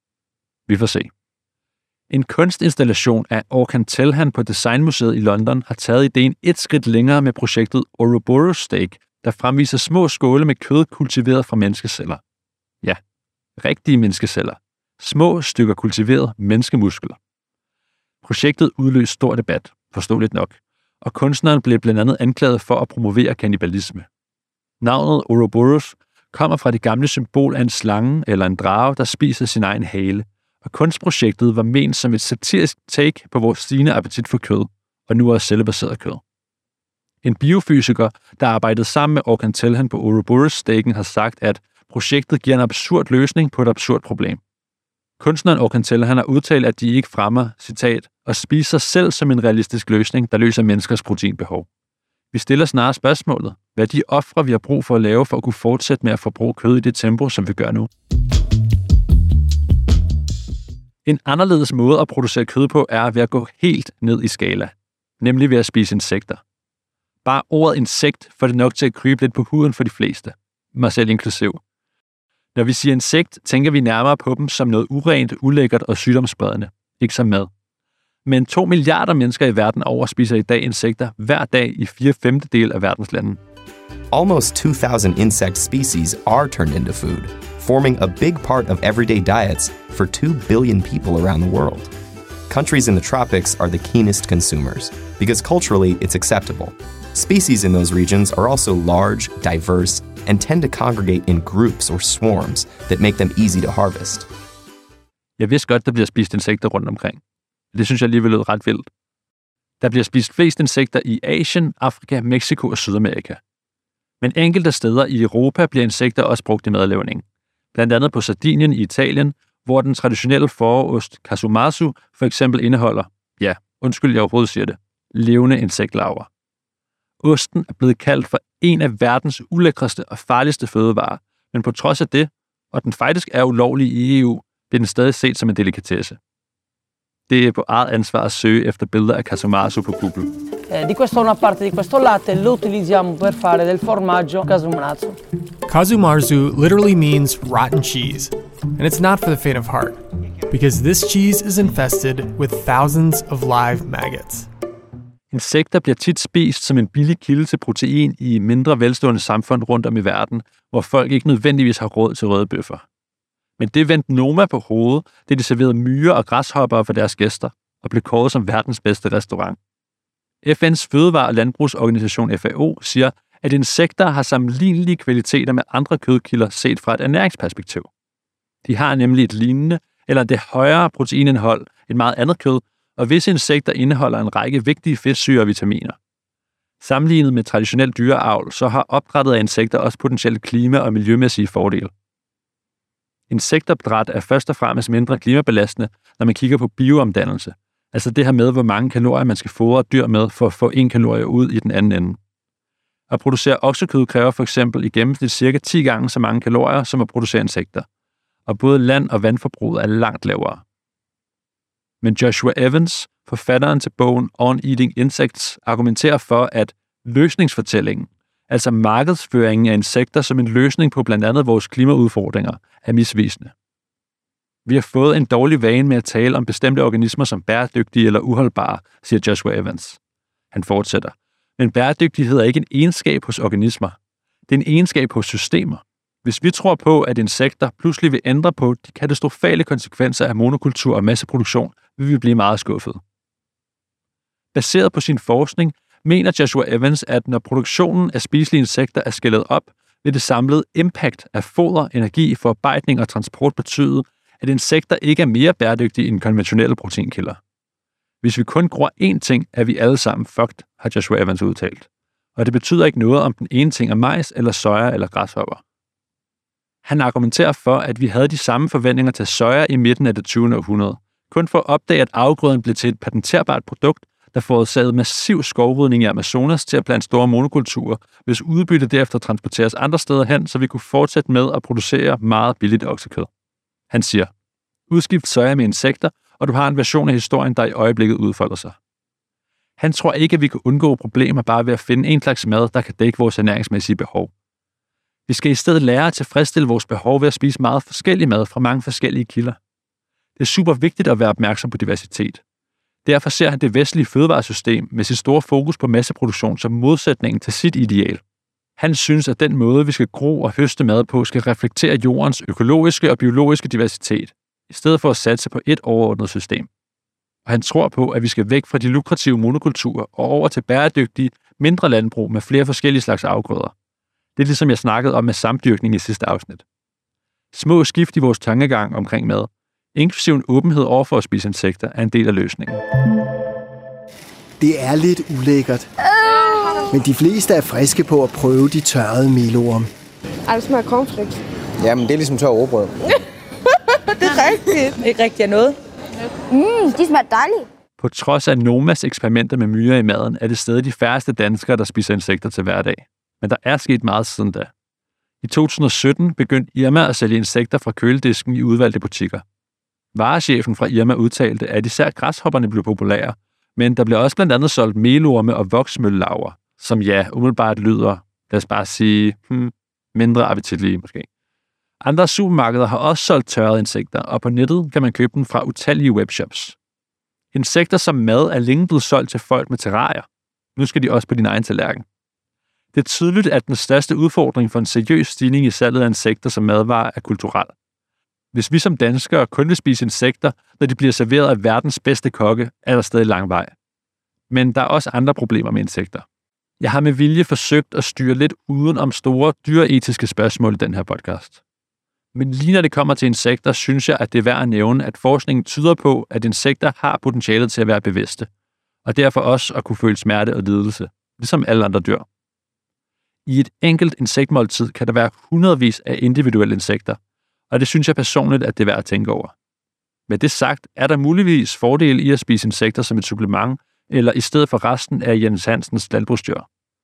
Vi får se. En kunstinstallation af Orkan Telhan på Designmuseet i London har taget ideen et skridt længere med projektet Ouroboros Steak, der fremviser små skåle med kød kultiveret fra menneskeceller. Ja, rigtige menneskeceller. Små stykker kultiveret menneskemuskler. Projektet udløste stor debat, forståeligt nok, og kunstneren blev blandt andet anklaget for at promovere kannibalisme. Navnet Ouroboros kommer fra det gamle symbol af en slange eller en drage, der spiser sin egen hale, og kunstprojektet var ment som et satirisk take på vores stigende appetit for kød, og nu også cellebaseret kød. En biofysiker, der arbejdede sammen med Orkan Telhan på Ouroboros-steaken, har sagt, at projektet giver en absurd løsning på et absurd problem. Kunstneren Orkan Telhan har udtalt, at de ikke fremmer, citat, og spiser sig selv som en realistisk løsning, der løser menneskers proteinbehov. Vi stiller snarere spørgsmålet, hvad de ofre, vi har brug for at lave, for at kunne fortsætte med at forbruge kød i det tempo, som vi gør nu. En anderledes måde at producere kød på er ved at gå helt ned i skala, nemlig ved at spise insekter. Bare ordet insekt får det nok til at krybe lidt på huden for de fleste, mig selv inklusiv. Når vi siger insekt, tænker vi nærmere på dem som noget urent, ulækkert og sygdomsspredende, ikke som mad. Men to milliarder mennesker i verden over spiser i dag insekter hver dag i fire femtedel af verdens lande. Almost two thousand insect species are turned into food, forming a big part of everyday diets for two billion people around the world. Countries in the tropics are the keenest consumers, because culturally it's acceptable. Species in those regions are also large, diverse, and tend to congregate in groups or swarms that make them easy to harvest. Jeg vidste godt, der bliver spist insekter rundt omkring. Det synes jeg alligevel lød ret vildt. Der bliver spist flest insekter i Asien, Afrika, Mexico og Sydamerika. Men enkelte steder i Europa bliver insekter også brugt i madlavning. Blandt andet på Sardinien i Italien, hvor den traditionelle fåreost Casumasu for eksempel indeholder, ja, undskyld jeg overhovedet siger det, levende insektlarver. Osten er blevet kaldt for en af verdens ulækreste og farligste fødevarer, men på trods af det, og den faktisk er ulovlig i E U, bliver den stadig set som en delikatesse. Det er på eget ansvar at søge efter billeder af Casumasu på Google. Eh, di questa una parte di questo latte lo utilizziamo per fare del formaggio Casumarzu. Casumarzu literally means rotten cheese, and it's not for the faint of heart, because this cheese is infested with thousands of live maggots. Insekter bliver tit spist som en billig kilde til protein i mindre velstående samfund rundt om i verden, hvor folk ikke nødvendigvis har råd til røde bøffer. Men det vendte Noma på hovedet, da de serverede myrer og græshopper for deres gæster, og blev kåret som verdens bedste restaurant. F N's fødevare- og landbrugsorganisation F A O siger, at insekter har sammenlignelige kvaliteter med andre kødkilder set fra et ernæringsperspektiv. De har nemlig et lignende eller det højere proteinindhold end meget andet kød, og visse insekter indeholder en række vigtige fedtsyrer og vitaminer. Sammenlignet med traditionel dyreavl, så har opdrættet af insekter også potentielt klima- og miljømæssige fordele. Insektopdræt er først og fremmest mindre klimabelastende, når man kigger på bioomdannelse, altså det her med, hvor mange kalorier man skal fodre dyr med for at få en kalorie ud i den anden ende. At producere oksekød kræver for eksempel i gennemsnit cirka ti gange så mange kalorier, som at producere insekter, og både land- og vandforbruget er langt lavere. Men Joshua Evans, forfatteren til bogen On Eating Insects, argumenterer for, at løsningsfortællingen, altså markedsføringen af insekter som en løsning på blandt andet vores klimaudfordringer, er misvisende. Vi har fået en dårlig vane med at tale om bestemte organismer som bæredygtige eller uholdbare, siger Joshua Evans. Han fortsætter. Men bæredygtighed er ikke en egenskab hos organismer. Det er en egenskab hos systemer. Hvis vi tror på, at insekter pludselig vil ændre på de katastrofale konsekvenser af monokultur og masseproduktion, vil vi blive meget skuffet. Baseret på sin forskning, mener Joshua Evans, at når produktionen af spiselige insekter er skældet op, vil det samlede impact af foder, energi, forarbejdning og transport betyde, at insekter ikke er mere bæredygtige end konventionelle proteinkilder. Hvis vi kun gror én ting, er vi alle sammen fucked, har Joshua Evans udtalt. Og det betyder ikke noget, om den ene ting er majs, eller soja eller græshopper. Han argumenterer for, at vi havde de samme forventninger til soja i midten af det tyvende århundrede, kun for at opdage, at afgrøden blev til et patenterbart produkt, der forårsagede massiv skovrydning i Amazonas til at plante store monokulturer, hvis udbyttet derefter transporteres andre steder hen, så vi kunne fortsætte med at producere meget billigt oksekød. Han siger, udskift soja med insekter, og du har en version af historien, der i øjeblikket udfolder sig. Han tror ikke, at vi kan undgå problemer bare ved at finde en slags mad, der kan dække vores ernæringsmæssige behov. Vi skal i stedet lære at tilfredsstille vores behov ved at spise meget forskellig mad fra mange forskellige kilder. Det er super vigtigt at være opmærksom på diversitet. Derfor ser han det vestlige fødevaresystem med sit store fokus på masseproduktion som modsætningen til sit ideal. Han synes, at den måde, vi skal gro og høste mad på, skal reflektere jordens økologiske og biologiske diversitet, i stedet for at satse på et overordnet system. Og han tror på, at vi skal væk fra de lukrative monokulturer og over til bæredygtige, mindre landbrug med flere forskellige slags afgrøder. Det er ligesom jeg snakkede om med samdyrkning i sidste afsnit. Små skift i vores tankegang omkring mad, inklusiv en åbenhed over for at spise insekter, er en del af løsningen. Det er lidt ulækkert, men de fleste er friske på at prøve de tørrede meloer. Ej, det smager cornflakes. Jamen, det er ligesom tør råbrød. Det er rigtigt. Ikke rigtig af noget. Mm, de smager dejligt. På trods af Nomas eksperimenter med myrer i maden, er det stadig de færreste danskere, der spiser insekter til hverdag. Men der er sket meget siden da. I to tusind og sytten begyndte Irma at sælge insekter fra køledisken i udvalgte butikker. Varechefen fra Irma udtalte, at især græshopperne blev populære, men der blev også blandt andet solgt melorme og voksmøllelarver, som ja, umiddelbart lyder, lad os bare sige, hmm, mindre appetitlige måske. Andre supermarkeder har også solgt tørrede insekter, og på nettet kan man købe dem fra utallige webshops. Insekter som mad er længe blevet solgt til folk med terrarier. Nu skal de også på din egen tallerken. Det er tydeligt, at den største udfordring for en seriøs stigning i salget af insekter som madvarer er kulturel. Hvis vi som danskere kun vil spise insekter, når de bliver serveret af verdens bedste kokke, er der stadig lang vej. Men der er også andre problemer med insekter. Jeg har med vilje forsøgt at styre lidt uden om store dyreetiske spørgsmål i den her podcast. Men lige når det kommer til insekter, synes jeg, at det er værd at nævne, at forskningen tyder på, at insekter har potentialet til at være bevidste, og derfor også at kunne føle smerte og lidelse, ligesom alle andre dyr. I et enkelt insektmåltid kan der være hundredvis af individuelle insekter, og det synes jeg personligt, at det er værd at tænke over. Med det sagt, er der muligvis fordele i at spise insekter som et supplement, eller i stedet for resten af Jens Hansens landbrugsdyr.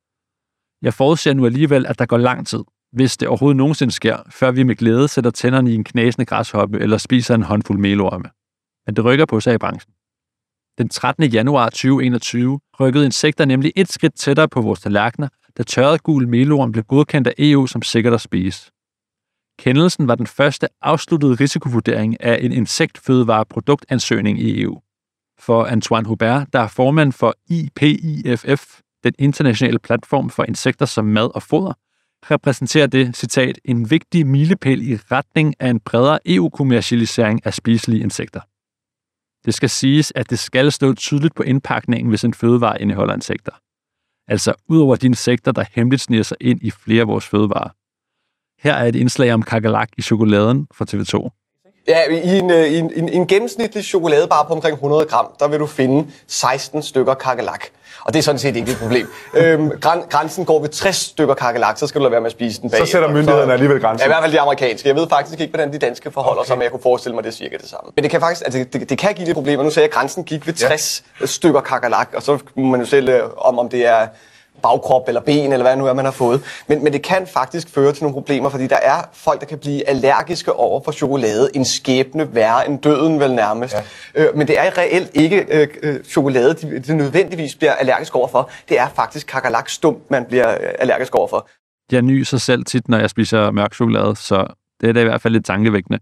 Jeg forudser nu alligevel, at der går lang tid, hvis det overhovedet nogensinde sker, før vi med glæde sætter tænderne i en knasende græshoppe eller spiser en håndfuld melorme. Men det rykker på sig i branchen. Den trettende januar tyve enogtyve rykkede insekter nemlig et skridt tættere på vores tallerkener, da tørret gul melorm blev godkendt af E U som sikkert at spise. Kendelsen var den første afsluttede risikovurdering af en insektfødevareproduktansøgning i E U. For Antoine Hubert, der er formand for I P I F F, den internationale platform for insekter som mad og foder, repræsenterer det, citat, en vigtig milepæl i retning af en bredere E U-kommercialisering af spiselige insekter. Det skal siges, at det skal stå tydeligt på indpakningen, hvis en fødevare indeholder insekter. Altså ud over de insekter, der hemmeligt sniger sig ind i flere af vores fødevarer. Her er et indslag om kakerlak i chokoladen fra T V to. Ja, i en, i en, en, en gennemsnitlig chokoladebar på omkring hundrede gram, der vil du finde seksten stykker kakerlak. Og det er sådan set ikke et problem. øhm, grænsen går ved tres stykker kakerlak, så skal du lade være med at spise den bag. Så sætter myndighederne alligevel grænsen. Ja, i hvert fald de amerikanske. Jeg ved faktisk ikke, hvordan de danske forholder okay. sig, men jeg kunne forestille mig, det er cirka det samme. Men det kan faktisk, altså, det, det kan give lidt problemer. Nu sagde jeg, at grænsen gik ved tres ja. stykker kakerlak, og så må man jo selv øh, om, om det er bagkrop eller ben, eller hvad nu er, man har fået. Men, men det kan faktisk føre til nogle problemer, fordi der er folk, der kan blive allergiske over for chokolade. En skæbne værre end døden vel nærmest. Ja. Øh, men det er reelt ikke øh, chokolade, de, de nødvendigvis bliver allergisk overfor. Det er faktisk kakerlakstump, man bliver øh, allergisk overfor. Jeg nyser selv tit, når jeg spiser mørk chokolade, så det er da i hvert fald lidt tankevækkende.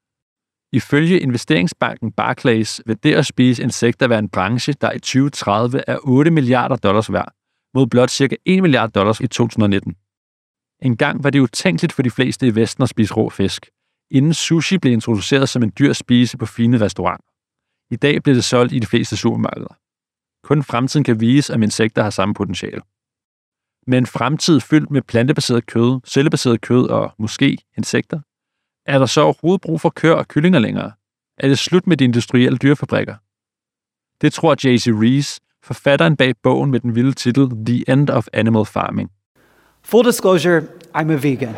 Ifølge investeringsbanken Barclays vil det at spise insekter være en branche, der i tyve tredive er otte milliarder dollars værd, mod blot cirka en milliard dollars i to tusind nitten. En gang var det utænkeligt for de fleste i Vesten at spise rå fisk, inden sushi blev introduceret som en dyr spise på fine restauranter. I dag bliver det solgt i de fleste supermarkeder. Kun fremtiden kan vise, om insekter har samme potentiale. Med en fremtid fyldt med plantebaseret kød, cellebaseret kød og måske insekter, er der så overhovedet brug for køer og kyllinger længere? Er det slut med de industrielle dyrefabrikker? Det tror J C Rees, forfatteren bag bogen med den vilde titel The End of Animal Farming. Full disclosure, I'm a vegan.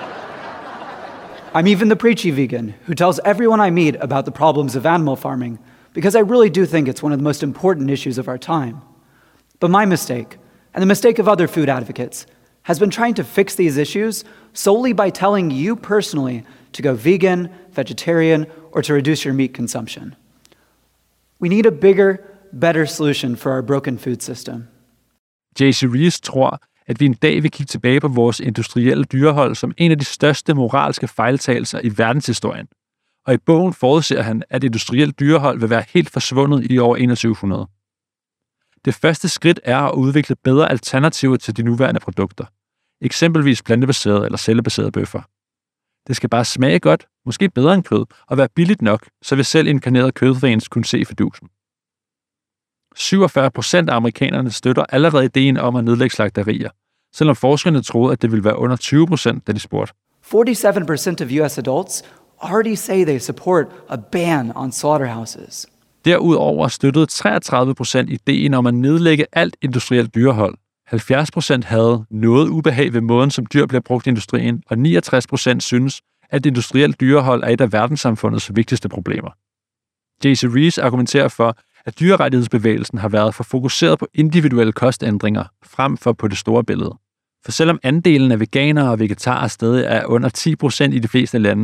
I'm even the preachy vegan who tells everyone I meet about the problems of animal farming because I really do think it's one of the most important issues of our time. But my mistake, and the mistake of other food advocates, has been trying to fix these issues solely by telling you personally to go vegan, vegetarian, or to reduce your meat consumption. We need a bigger, better solution for our broken food system. J C Rees tror, at vi en dag vil kigge tilbage på vores industrielle dyrehold som en af de største moralske fejltagelser i verdenshistorien. Og i bogen forudser han, at industrielt dyrehold vil være helt forsvundet i år enogtyve hundrede. Det første skridt er at udvikle bedre alternativer til de nuværende produkter. Eksempelvis plantebaserede eller cellebaserede bøffer. Det skal bare smage godt, måske bedre end kød, og være billigt nok, så vil selv inkarnerede kødfans kunne se fidusen. syvogfyrre procent af amerikanerne støtter allerede ideen om at nedlægge slagterier, selvom forskerne troede, at det ville være under tyve procent, da de spurgte. forty-seven percent of U S adults already say they support a ban on slaughterhouses. Derudover støttede treogtredive procent ideen om at nedlægge alt industrielt dyrehold. halvfjerds procent havde noget ubehag ved måden, som dyr bliver brugt i industrien, og niogtres procent synes, at industrielt dyrehold er et af verdenssamfundets vigtigste problemer. J C Rees argumenterer for, at dyrerettighedsbevægelsen har været for fokuseret på individuelle kostændringer, frem for på det store billede. For selvom andelen af veganere og vegetarer stadig er under ti procent i de fleste lande,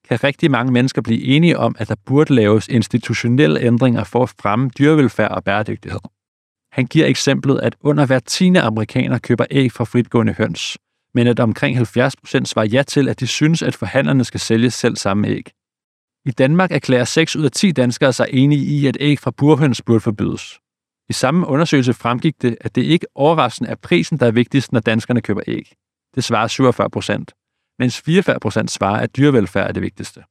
kan rigtig mange mennesker blive enige om, at der burde laves institutionelle ændringer for at fremme dyrevelfærd og bæredygtighed. Han giver eksemplet, at under hver tiende amerikaner køber æg fra fritgående høns, men at omkring halvfjerds procent svarer ja til, at de synes, at forhandlerne skal sælge selv samme æg. I Danmark erklærer seks ud af ti danskere sig enige i, at æg fra burhøns burde forbydes. I samme undersøgelse fremgik det, at det ikke overraskende er prisen, der er vigtigst, når danskerne køber æg. Det svarer syvogfyrre procent, mens fireogfyrre procent svarer, at dyrevelfærd er det vigtigste.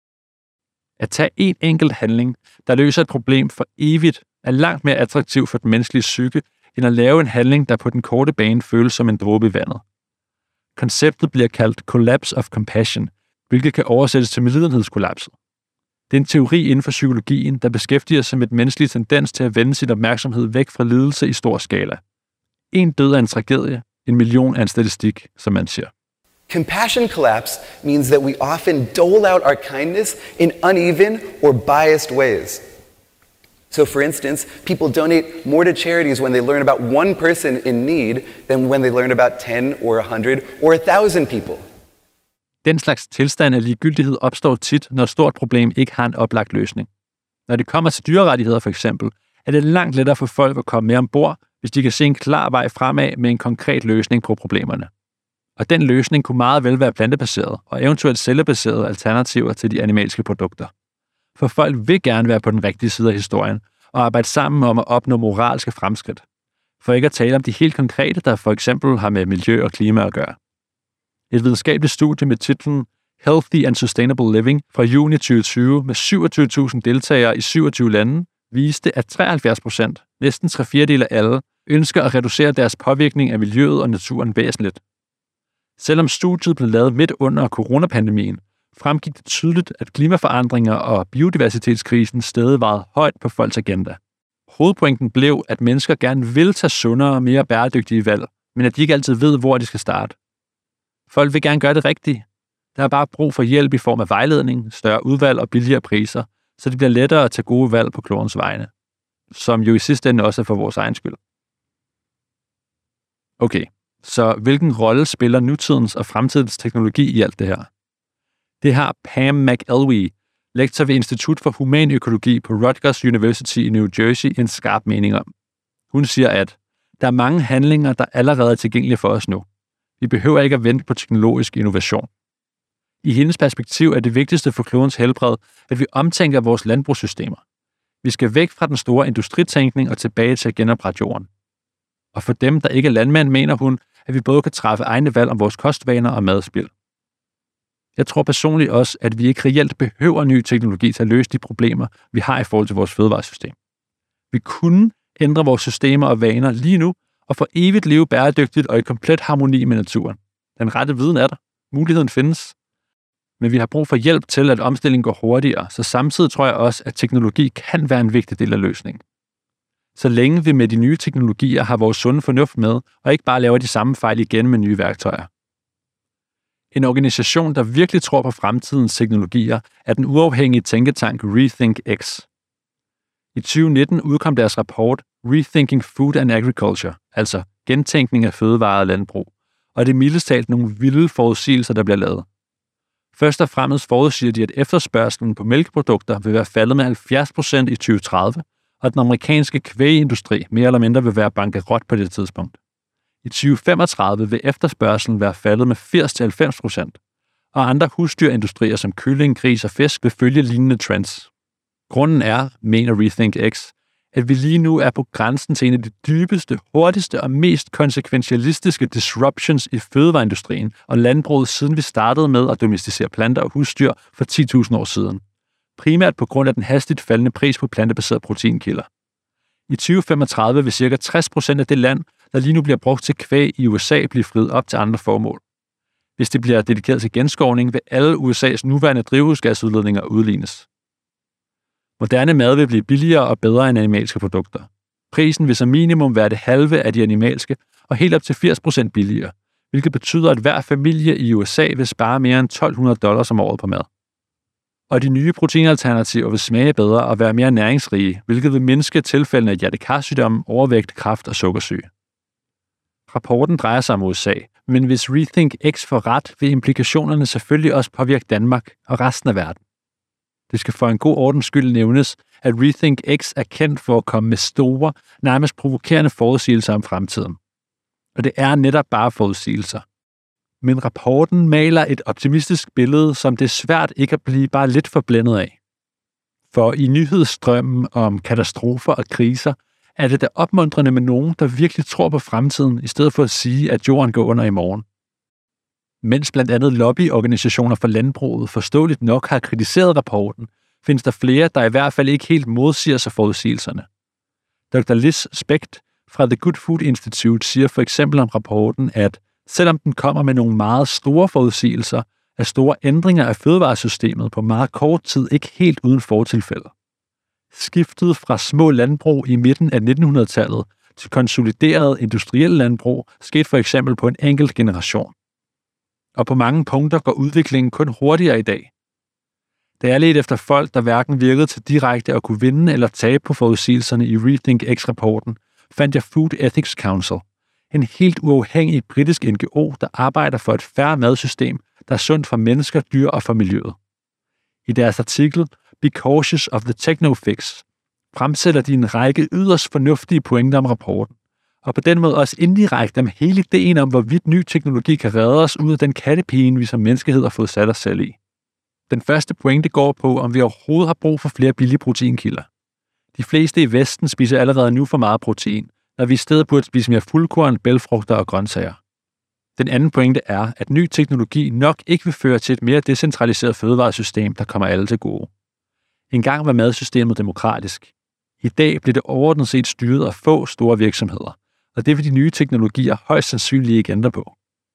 At tage en enkelt handling, der løser et problem for evigt, er langt mere attraktiv for den menneskelige psyke, end at lave en handling, der på den korte bane føles som en dråbe i vandet. Konceptet bliver kaldt collapse of compassion, hvilket kan oversættes til medlidenhedskollapset. Det er en teori inden for psykologien, der beskæftiger sig med den menneskelige tendens til at vende sin opmærksomhed væk fra lidelse i stor skala. En død er en tragedie, en million er en statistik, som man siger. Compassion collapse means that we often dole out our kindness in uneven or biased ways. So for instance, people donate more to charities when they learn about one person in need than when they learn about ten or a hundred or a thousand people. Den slags tilstand af ligegyldighed opstår tit, når et stort problem ikke har en oplagt løsning. Når det kommer til dyrerettigheder for eksempel, er det langt lettere for folk at komme med ombord, hvis de kan se en klar vej fremad med en konkret løsning på problemerne. Og den løsning kunne meget vel være plantebaseret og eventuelt cellebaserede alternativer til de animalske produkter. For folk vil gerne være på den rigtige side af historien og arbejde sammen om at opnå moralske fremskridt. For ikke at tale om de helt konkrete, der for eksempel har med miljø og klima at gøre. Et videnskabeligt studie med titlen Healthy and Sustainable Living fra juni tyve tyve med syvogtyve tusind deltagere i syvogtyve lande viste, at treoghalvfjerds procent, næsten tre fjerdedele af alle, ønsker at reducere deres påvirkning af miljøet og naturen væsentligt. Selvom studiet blev lavet midt under coronapandemien, fremgik det tydeligt, at klimaforandringer og biodiversitetskrisen stadig var højt på folks agenda. Hovedpointen blev, at mennesker gerne vil tage sundere og mere bæredygtige valg, men at de ikke altid ved, hvor de skal starte. Folk vil gerne gøre det rigtigt. Der er bare brug for hjælp i form af vejledning, større udvalg og billigere priser, så det bliver lettere at tage gode valg på klodens vegne, som jo i sidste ende også er for vores egen skyld. Okay, så hvilken rolle spiller nutidens og fremtidens teknologi i alt det her? Det har Pam McElwee, lektor ved Institut for Human Økologi på Rutgers University i New Jersey, en skarp mening om. Hun siger, at der er mange handlinger, der allerede er tilgængelige for os nu. Vi behøver ikke at vente på teknologisk innovation. I hendes perspektiv er det vigtigste for klodens helbred, at vi omtænker vores landbrugssystemer. Vi skal væk fra den store industritænkning og tilbage til at genoprette jorden. Og for dem, der ikke er landmænd, mener hun, at vi både kan træffe egne valg om vores kostvaner og madspild. Jeg tror personligt også, at vi ikke reelt behøver ny teknologi til at løse de problemer, vi har i forhold til vores fødevaresystem. Vi kunne ændre vores systemer og vaner lige nu, og for evigt leve bæredygtigt og i komplet harmoni med naturen. Den rette viden er der. Muligheden findes. Men vi har brug for hjælp til, at omstillingen går hurtigere, så samtidig tror jeg også, at teknologi kan være en vigtig del af løsningen. Så længe vi med de nye teknologier har vores sunde fornuft med, og ikke bare laver de samme fejl igen med nye værktøjer. En organisation, der virkelig tror på fremtidens teknologier, er den uafhængige tænketank RethinkX. I tyve nitten udkom deres rapport Rethinking Food and Agriculture, altså gentænkning af fødevarer og landbrug, og det er mildest talt nogle vilde forudsigelser, der bliver lavet. Først og fremmest forudsiger de, at efterspørgselen på mælkeprodukter vil være faldet med halvfjerds procent i tyve tredive, og den amerikanske kvægindustri mere eller mindre vil være bankerot på det tidspunkt. I tyve femogtredive vil efterspørgselen være faldet med firs til halvfems procent, og andre husdyrindustrier som kylling, gris og fisk vil følge lignende trends. Grunden er, mener RethinkX, at vi lige nu er på grænsen til en af de dybeste, hurtigste og mest konsekventialistiske disruptions i fødevareindustrien og landbruget, siden vi startede med at domesticere planter og husdyr for ti tusind år siden. Primært på grund af den hastigt faldende pris på plantebaserede proteinkilder. I tyve femogtredive vil ca. tres procent af det land, der lige nu bliver brugt til kvæg i U S A, blive friet op til andre formål. Hvis det bliver dedikeret til genskovning, vil alle U S A's nuværende drivhusgasudledninger udlignes. Moderne mad vil blive billigere og bedre end animalske produkter. Prisen vil som minimum være det halve af de animalske, og helt op til firs procent billigere, hvilket betyder, at hver familie i U S A vil spare mere end tolv hundrede dollars om året på mad. Og de nye proteinalternativer vil smage bedre og være mere næringsrige, hvilket vil mindske tilfældene af hjertekarsygdomme, overvægt, kræft og sukkersyge. Rapporten drejer sig om U S A, men hvis Rethink X får ret, vil implikationerne selvfølgelig også påvirke Danmark og resten af verden. Det skal for en god ordens skyld nævnes, at Rethink X er kendt for at komme med store, nærmest provokerende forudsigelser om fremtiden. Og det er netop bare forudsigelser. Men rapporten maler et optimistisk billede, som det er svært ikke at blive bare lidt forblændet af. For i nyhedsstrømmen om katastrofer og kriser, er det da opmuntrende med nogen, der virkelig tror på fremtiden, i stedet for at sige, at jorden går under i morgen. Mens blandt andet lobbyorganisationer for landbruget forståeligt nok har kritiseret rapporten, findes der flere, der i hvert fald ikke helt modsiger sig forudsigelserne. doktor Liz Specht fra The Good Food Institute siger for eksempel om rapporten, at selvom den kommer med nogle meget store forudsigelser, er store ændringer af fødevaresystemet på meget kort tid ikke helt uden fortilfælde. Skiftet fra små landbrug i midten af nittenhundredetallet til konsolideret industrielle landbrug skete for eksempel på en enkelt generation. Og på mange punkter går udviklingen kun hurtigere i dag. Da jeg ledte efter folk, der hverken virkede til direkte at kunne vinde eller tabe på forudsigelserne i Rethink X-rapporten, fandt jeg Food Ethics Council, en helt uafhængig britisk N G O, der arbejder for et fair madsystem, der er sundt for mennesker, dyr og for miljøet. I deres artikel Be Cautious of the Techno-Fix fremsætter de en række yderst fornuftige pointer om rapporten, og på den måde også indirekte om hele ideen om, hvorvidt ny teknologi kan redde os ud af den kattepine, vi som menneskehed har fået sat os selv i. Den første pointe går på, om vi overhovedet har brug for flere billige proteinkilder. De fleste i Vesten spiser allerede nu for meget protein, når vi i stedet burde spise mere fuldkorn, bælgfrugter og grøntsager. Den anden pointe er, at ny teknologi nok ikke vil føre til et mere decentraliseret fødevaresystem, der kommer alle til gode. Engang var madsystemet demokratisk. I dag bliver det overordnet set styret af få store virksomheder, og det vil de nye teknologier højst sandsynligt ikke ændre på.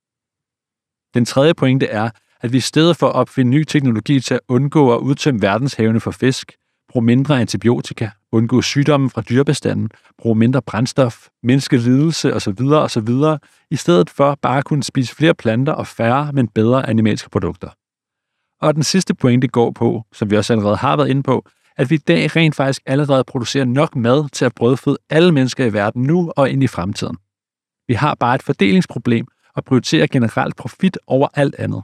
Den tredje pointe er, at vi i stedet for at opfinde ny teknologi til at undgå at udtømme verdenshavene for fisk, bruge mindre antibiotika, undgå sygdomme fra dyrebestanden, bruge mindre brændstof, mindske lidelse osv. osv., i stedet for bare at kunne spise flere planter og færre, men bedre animalske produkter. Og den sidste pointe går på, som vi også allerede har været inde på, at vi i dag rent faktisk allerede producerer nok mad til at brødføde alle mennesker i verden nu og ind i fremtiden. Vi har bare et fordelingsproblem og prioriterer generelt profit over alt andet.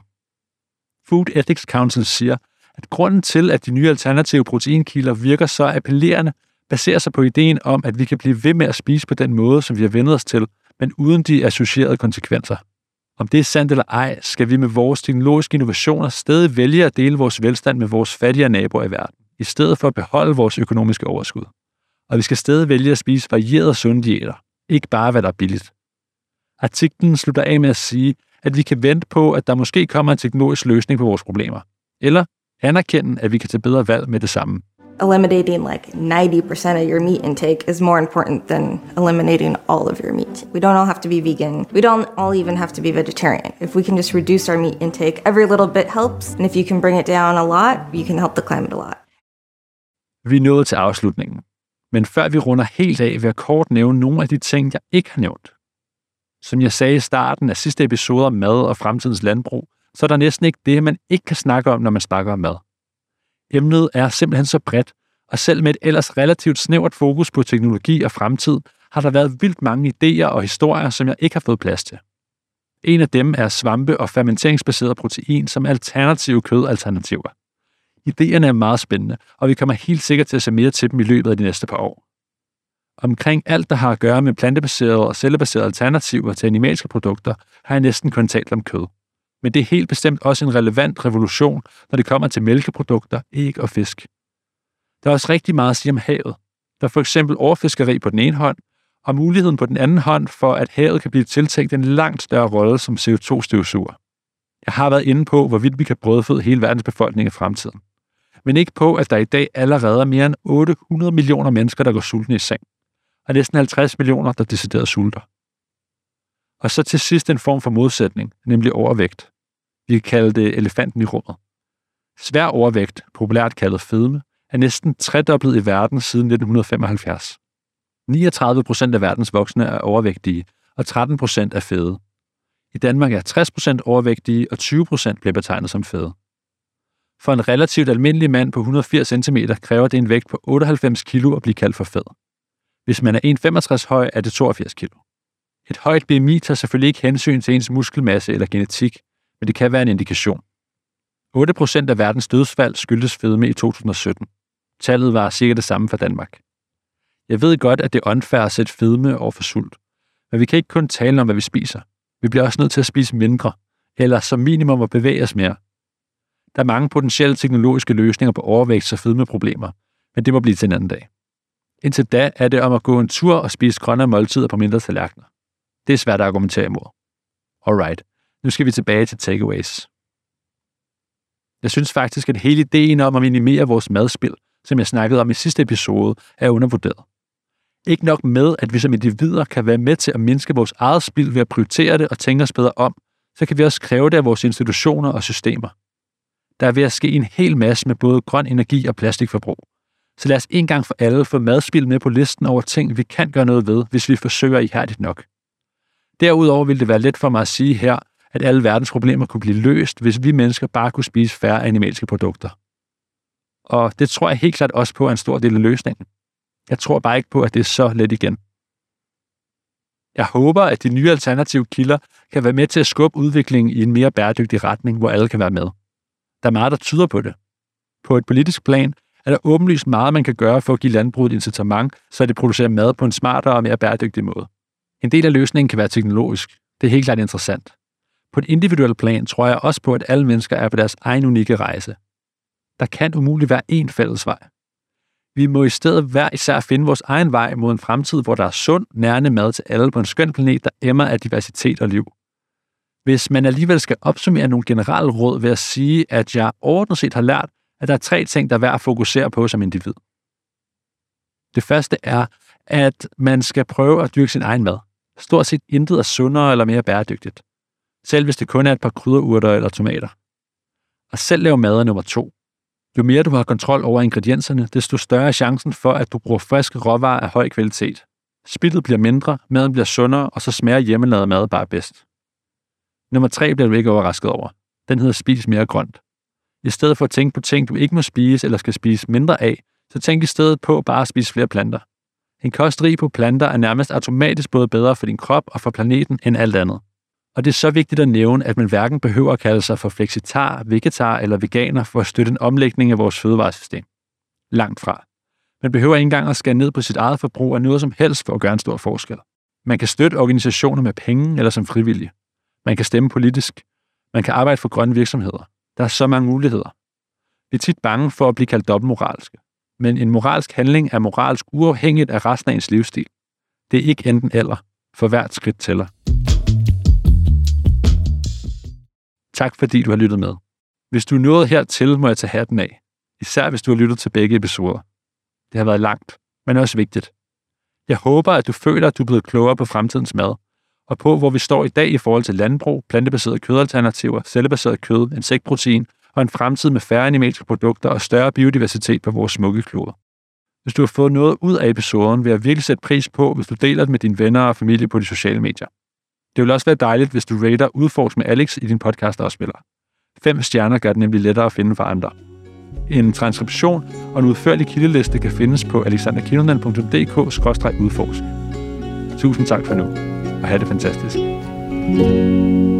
Food Ethics Council siger, at grunden til, at de nye alternative proteinkilder virker så appellerende, baserer sig på ideen om, at vi kan blive ved med at spise på den måde, som vi har vendt os til, men uden de associerede konsekvenser. Om det er sandt eller ej, skal vi med vores teknologiske innovationer stadig vælge at dele vores velstand med vores fattigere naboer i verden, i stedet for at beholde vores økonomiske overskud. Og vi skal stadig vælge at spise varierede sunde diæter, ikke bare hvad der er billigt. Artiklen slutter af med at sige, at vi kan vente på, at der måske kommer en teknologisk løsning på vores problemer, eller anerkende, at vi kan tage bedre valg med det samme. Eliminating like ninety percent of your meat intake is more important than eliminating all of your meat. We don't all have to be vegan. We don't all even have to be vegetarian. If we can just reduce our meat intake, every little bit helps. And if you can bring it down a lot, you can help the climate a lot. Vi er nået til afslutningen. Men før vi runder helt af, vil jeg kort nævne nogle af de ting, jeg ikke har nævnt. Som jeg sagde i starten af sidste episode om mad og fremtidens landbrug, så er der næsten ikke det, man ikke kan snakke om, når man snakker om mad. Emnet er simpelthen så bredt, og selv med et ellers relativt snævert fokus på teknologi og fremtid, har der været vildt mange idéer og historier, som jeg ikke har fået plads til. En af dem er svampe- og fermenteringsbaseret protein som alternative kødalternativer. Idéerne er meget spændende, og vi kommer helt sikkert til at se mere til dem i løbet af de næste par år. Omkring alt, der har at gøre med plantebaserede og cellebaserede alternativer til animalske produkter, har jeg næsten kun talt om kød. Men det er helt bestemt også en relevant revolution, når det kommer til mælkeprodukter, æg og fisk. Der er også rigtig meget at sige om havet. Der er for eksempel overfiskeri på den ene hånd, og muligheden på den anden hånd for, at havet kan blive tiltænkt en langt større rolle som C O to støvsuger. Jeg har været inde på, hvorvidt vi kan brødføde hele verdens befolkning i fremtiden. Men ikke på, at der i dag allerede er mere end otte hundrede millioner mennesker, der går sultne i seng, og næsten halvtreds millioner, der decideret sulter. Og så til sidst en form for modsætning, nemlig overvægt. Vi kan kalde det elefanten i rummet. Svær overvægt, populært kaldet fedme, er næsten tredoblet i verden siden nitten femoghalvfjerds. niogtredive procent af verdens voksne er overvægtige, og tretten procent er fede. I Danmark er tres procent overvægtige, og tyve procent bliver betegnet som fede. For en relativt almindelig mand på et hundrede og firs centimeter kræver det en vægt på otteoghalvfems kilo at blive kaldt for fed. Hvis man er en komma femogtres høj, er det toogfirs kilo. Et højt B M I tager selvfølgelig ikke hensyn til ens muskelmasse eller genetik, men det kan være en indikation. otte procent af verdens dødsfald skyldtes fedme i to tusind og sytten. Tallet var cirka det samme for Danmark. Jeg ved godt, at det er unfair at sætte fedme over for sult, men vi kan ikke kun tale om, hvad vi spiser. Vi bliver også nødt til at spise mindre, eller som minimum at bevæge os mere. Der er mange potentielle teknologiske løsninger på overvægts- og fedmeproblemer, men det må blive til en anden dag. Indtil da er det om at gå en tur og spise grønne måltider på mindre tallerkener. Det er svært at argumentere imod. Alright, nu skal vi tilbage til takeaways. Jeg synes faktisk, at hele ideen om at minimere vores madspild, som jeg snakkede om i sidste episode, er undervurderet. Ikke nok med, at vi som individer kan være med til at mindske vores eget spild ved at prioritere det og tænke os bedre om, så kan vi også kræve det af vores institutioner og systemer. Der er ved at ske en hel masse med både grøn energi og plastikforbrug. Så lad os en gang for alle få madspild med på listen over ting, vi kan gøre noget ved, hvis vi forsøger ihærdigt nok. Derudover vil det være let for mig at sige her, at alle verdens problemer kunne blive løst, hvis vi mennesker bare kunne spise færre animalske produkter. Og det tror jeg helt klart også på er en stor del af løsningen. Jeg tror bare ikke på, at det er så let igen. Jeg håber, at de nye alternative kilder kan være med til at skubbe udviklingen i en mere bæredygtig retning, hvor alle kan være med. Der er meget, der tyder på det. På et politisk plan er der åbenlyst meget, man kan gøre for at give landbruget et incitament, så det producerer mad på en smartere og mere bæredygtig måde. En del af løsningen kan være teknologisk. Det er helt klart interessant. På et individuelt plan tror jeg også på, at alle mennesker er på deres egen unikke rejse. Der kan umuligt være én fælles vej. Vi må i stedet hver især finde vores egen vej mod en fremtid, hvor der er sund, nærende mad til alle på en skøn planet, der emmer af diversitet og liv. Hvis man alligevel skal opsummere nogle generelle råd ved at sige, at jeg overordnet set har lært, at der er tre ting, der er værd at fokusere på som individ. Det første er, at man skal prøve at dyrke sin egen mad. Stort set intet er sundere eller mere bæredygtigt. Selv hvis det kun er et par krydderurter eller tomater. Og selv lave mad er nummer to. Jo mere du har kontrol over ingredienserne, desto større er chancen for, at du bruger friske råvarer af høj kvalitet. Spildet bliver mindre, maden bliver sundere, og så smager hjemmelavet mad bare bedst. Nummer tre bliver du ikke overrasket over. Den hedder spis mere grønt. I stedet for at tænke på ting, du ikke må spise eller skal spise mindre af, så tænk i stedet på bare at spise flere planter. En kost rig på planter er nærmest automatisk både bedre for din krop og for planeten end alt andet. Og det er så vigtigt at nævne, at man hverken behøver at kalde sig for flexitar, vegetar eller veganer for at støtte en omlægning af vores fødevaresystem. Langt fra. Man behøver ikke engang at skære ned på sit eget forbrug af noget som helst for at gøre en stor forskel. Man kan støtte organisationer med penge eller som frivillige. Man kan stemme politisk. Man kan arbejde for grønne virksomheder. Der er så mange muligheder. Vi er tit bange for at blive kaldt dobbeltmoralske. Men en moralsk handling er moralsk uafhængigt af resten af ens livsstil. Det er ikke enten eller, for hvert skridt tæller. Tak fordi du har lyttet med. Hvis du er nået hertil, må jeg tage hatten af. Især hvis du har lyttet til begge episoder. Det har været langt, men også vigtigt. Jeg håber, at du føler, at du er blevet klogere på fremtidens mad, og på, hvor vi står i dag i forhold til landbrug, plantebaserede kødalternativer, cellebaseret kød, insektprotein og en fremtid med færre animalske produkter og større biodiversitet på vores smukke klode. Hvis du har fået noget ud af episoden, vil jeg virkelig sætte pris på, hvis du deler det med dine venner og familie på de sociale medier. Det vil også være dejligt, hvis du rater Udforsk med Alex i din podcast-afspiller. Fem stjerner gør det nemlig lettere at finde for andre. En transkription og en udførlig kildeliste kan findes på alexander kinunan punktum d k skråstreg udforsk. Tusind tak for nu, og have det fantastisk.